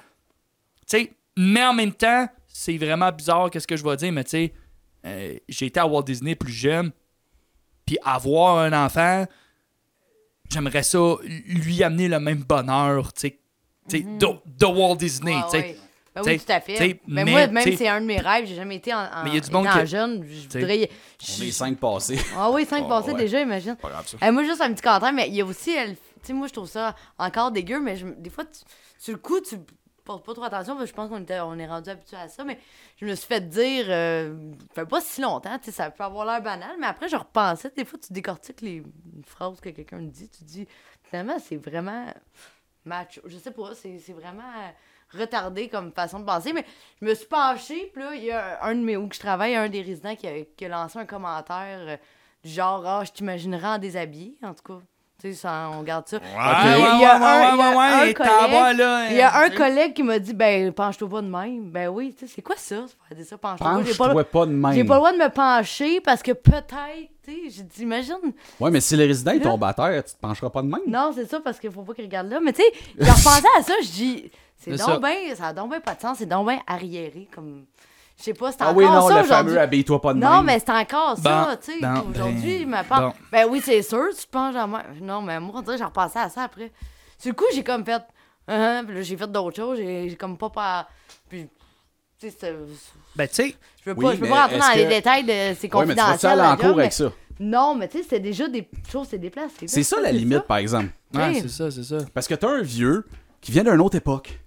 Tu sais, mais en même temps, c'est vraiment bizarre qu'est-ce que je vais dire, mais tu sais, euh, j'ai été à Walt Disney plus jeune, puis avoir un enfant, j'aimerais ça lui amener le même bonheur, tu sais, tu sais, de, de Walt Disney, Ouais, tu sais. ouais. Ben oui, T'sais, tout à fait. t'sais, Mais, mais, moi, même t'sais- si c'est un de mes rêves, j'ai jamais été en, en, Mais y a du monde étant que- jeune. Je t'sais, voudrais... On est cinq passés. Ah oui, cinq Oh, passés ouais. déjà, imagine. Pas grave, ça. Eh, moi, juste un petit commentaire, mais il y a aussi, elle- tu sais, moi, je trouve ça encore dégueu, mais je- des fois, tu, sur le coup, tu porte pas trop attention parce que je pense qu'on était, on est rendu habitué à ça, mais je me suis fait dire, euh, ça fait pas si longtemps, tu sais, ça peut avoir l'air banal, mais après, je repensais, des fois, tu décortiques les phrases que quelqu'un dit, tu dis, finalement, c'est vraiment macho, je sais pas, c'est, c'est vraiment retardé comme façon de penser, mais je me suis penchée, puis là, il y a un de mes, où je travaille, un des résidents qui a, qui a lancé un commentaire euh, du genre, ah, je t'imaginerais en déshabillé, en tout cas. Tu sais, ça, on garde ça. Ouais, Il ouais, y a- il y a ouais, un- ouais, il y a ouais, un ouais, collègue- t'as là. Il y a un tu sais. collègue qui m'a dit, ben, penche-toi pas de même. Ben oui, tu sais, c'est quoi ça? Ça veut dire ça, penche-toi pas. J'ai pas, Penche-toi pas de même. j'ai pas le droit de me pencher parce que peut-être, tu sais, j'ai dit, imagine. Ouais, mais si les résidents ils Là- tombent à terre, tu te pencheras pas de même. Non, c'est ça, parce qu'il faut pas qu'ils regardent là. Mais tu sais, j'ai repensé à ça, je dis, c'est C'est donc ça. bien, ça a donc bien pas de sens, c'est donc bien arriéré, comme, je sais pas, c'est Ah encore oui, non, ça le aujourd'hui. fameux habille-toi pas de même. Non, mais c'est encore ça, Bon, tu sais. bon, Aujourd'hui, ben, ma part. bon. Ben oui, c'est sûr, tu te penches à moi. Non, mais moi, on dirait que j'ai repensé à ça après. Sur le coup, j'ai comme fait. Uh puis là, j'ai fait d'autres choses, j'ai j'ai comme pas. pas... Puis, tu sais, c'est- Ben, tu sais, je peux Oui, pas, je peux mais pas rentrer est-ce dans que- les détails de c'est Ouais, mais tu confidentiel. vas-tu aller la en job, cours mais- avec ça? Non, mais tu sais, c'était déjà des choses, c'est déplacé. C'est ça la limite, par exemple. ouais, Oui. c'est ça, c'est ça. Parce que t'as un vieux qui vient d'une autre époque.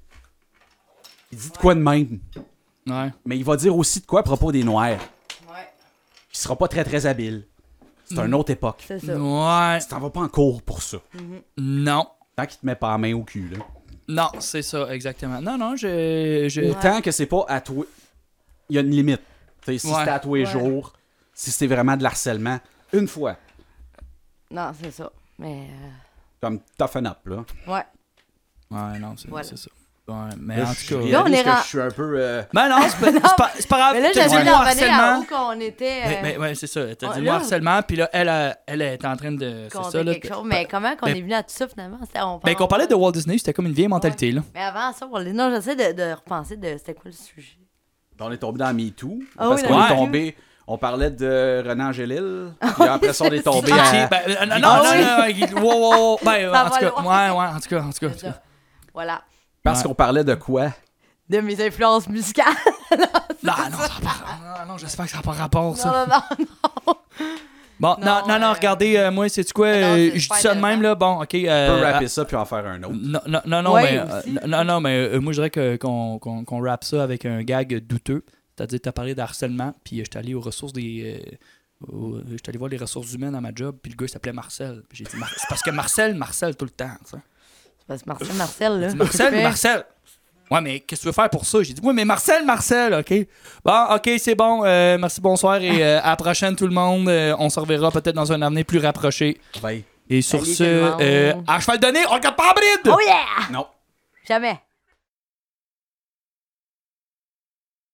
Il dit de quoi de même. Ouais. Mais il va dire aussi de quoi à propos des Noirs. Ouais, Il sera pas très très habile. C'est une autre époque. c'est ça. Ouais. Tu t'en vas pas en cours pour ça. Non. Tant qu'il te met pas la main au cul, là. Non, c'est ça, exactement. Non, non, je. je... Autant que c'est pas à toi. Il y a une limite. T'sais, si Ouais. c'est à tous les Ouais. jours, si c'est vraiment de l'harcèlement, une fois. Non, c'est ça. Mais, Comme toughen up, là. euh, ouais. Ouais, non, c'est Voilà. c'est ça. Ouais, mais Là, en je tout cas. réalise Là, on est que ren- je suis un peu. euh, Ben non, c'est pas, c'est pas, c'est pas grave. Mais là, T'as dit j'essaie le d'en mot revenir à harcèlement. où qu'on était. Mais, euh, mais ouais, c'est ça. T'as on- dit le là- mot harcèlement, puis là, elle, elle, elle est en train de. C'est compter ça, là. quelque chose. Mais comment qu'on ben- est venu à tout ça, finalement? C'était- on Ben, qu'on parlait de Walt Disney, c'était comme une vieille mentalité, là. Mais avant ça, on- non, j'essaie de, de repenser de c'était quoi le sujet. On est tombé dans MeToo. Ah parce oui, qu'on dans est MeToo. tombé. On parlait de Renan Angélil. Puis après ça, on est tombé Guy à. Ritchie, ben, euh, non, non, Ah non, oui. non, non, Guy- wow, wow, wow. Ben, Ça en tout va cas, loin. ouais, ouais, en tout cas, en tout cas. en C'est tout cas. ça. Voilà. Parce Ouais. qu'on parlait de quoi? De mes influences musicales. Non, non, ça n'a pas. Non, non, j'espère que ça n'a pas rapport, ça. non, non, non, non. Bon, non, Non, non, non, euh, regardez, euh, moi, c'est quoi, non, euh, c'est je dis super ça de même, intéressant. là, bon, ok. On Euh, peut rapper ça puis en faire un autre. non, non, non, non, Ouais, mais, euh, aussi. non, non, mais euh, moi, je dirais que- qu'on qu'on qu'on rappe ça avec un gag douteux. C'est-à-dire, t'as parlé d'harcèlement, puis euh, j'étais allé aux ressources des. euh, au- j'étais allé voir les ressources humaines à ma job, puis le gars, il s'appelait Marcel. Puis j'ai dit, Mar- c'est parce que Marcel, Marcel tout le temps, tu sais. C'est parce que Marcel, Marcel, là. J'ai dit, Marcel, fait- Marcel. Ouais, mais qu'est-ce que tu veux faire pour ça? J'ai dit, oui, mais Marcel, Marcel, OK. Bon, OK, c'est bon. Euh, merci, bonsoir et euh, à la prochaine, tout le monde. Euh, on se reverra peut-être dans un avenir plus rapproché. Bye. Et sur Salut ce, tout le monde. euh, à cheval donné, on regarde pas en bride! Oh yeah! Non. Jamais.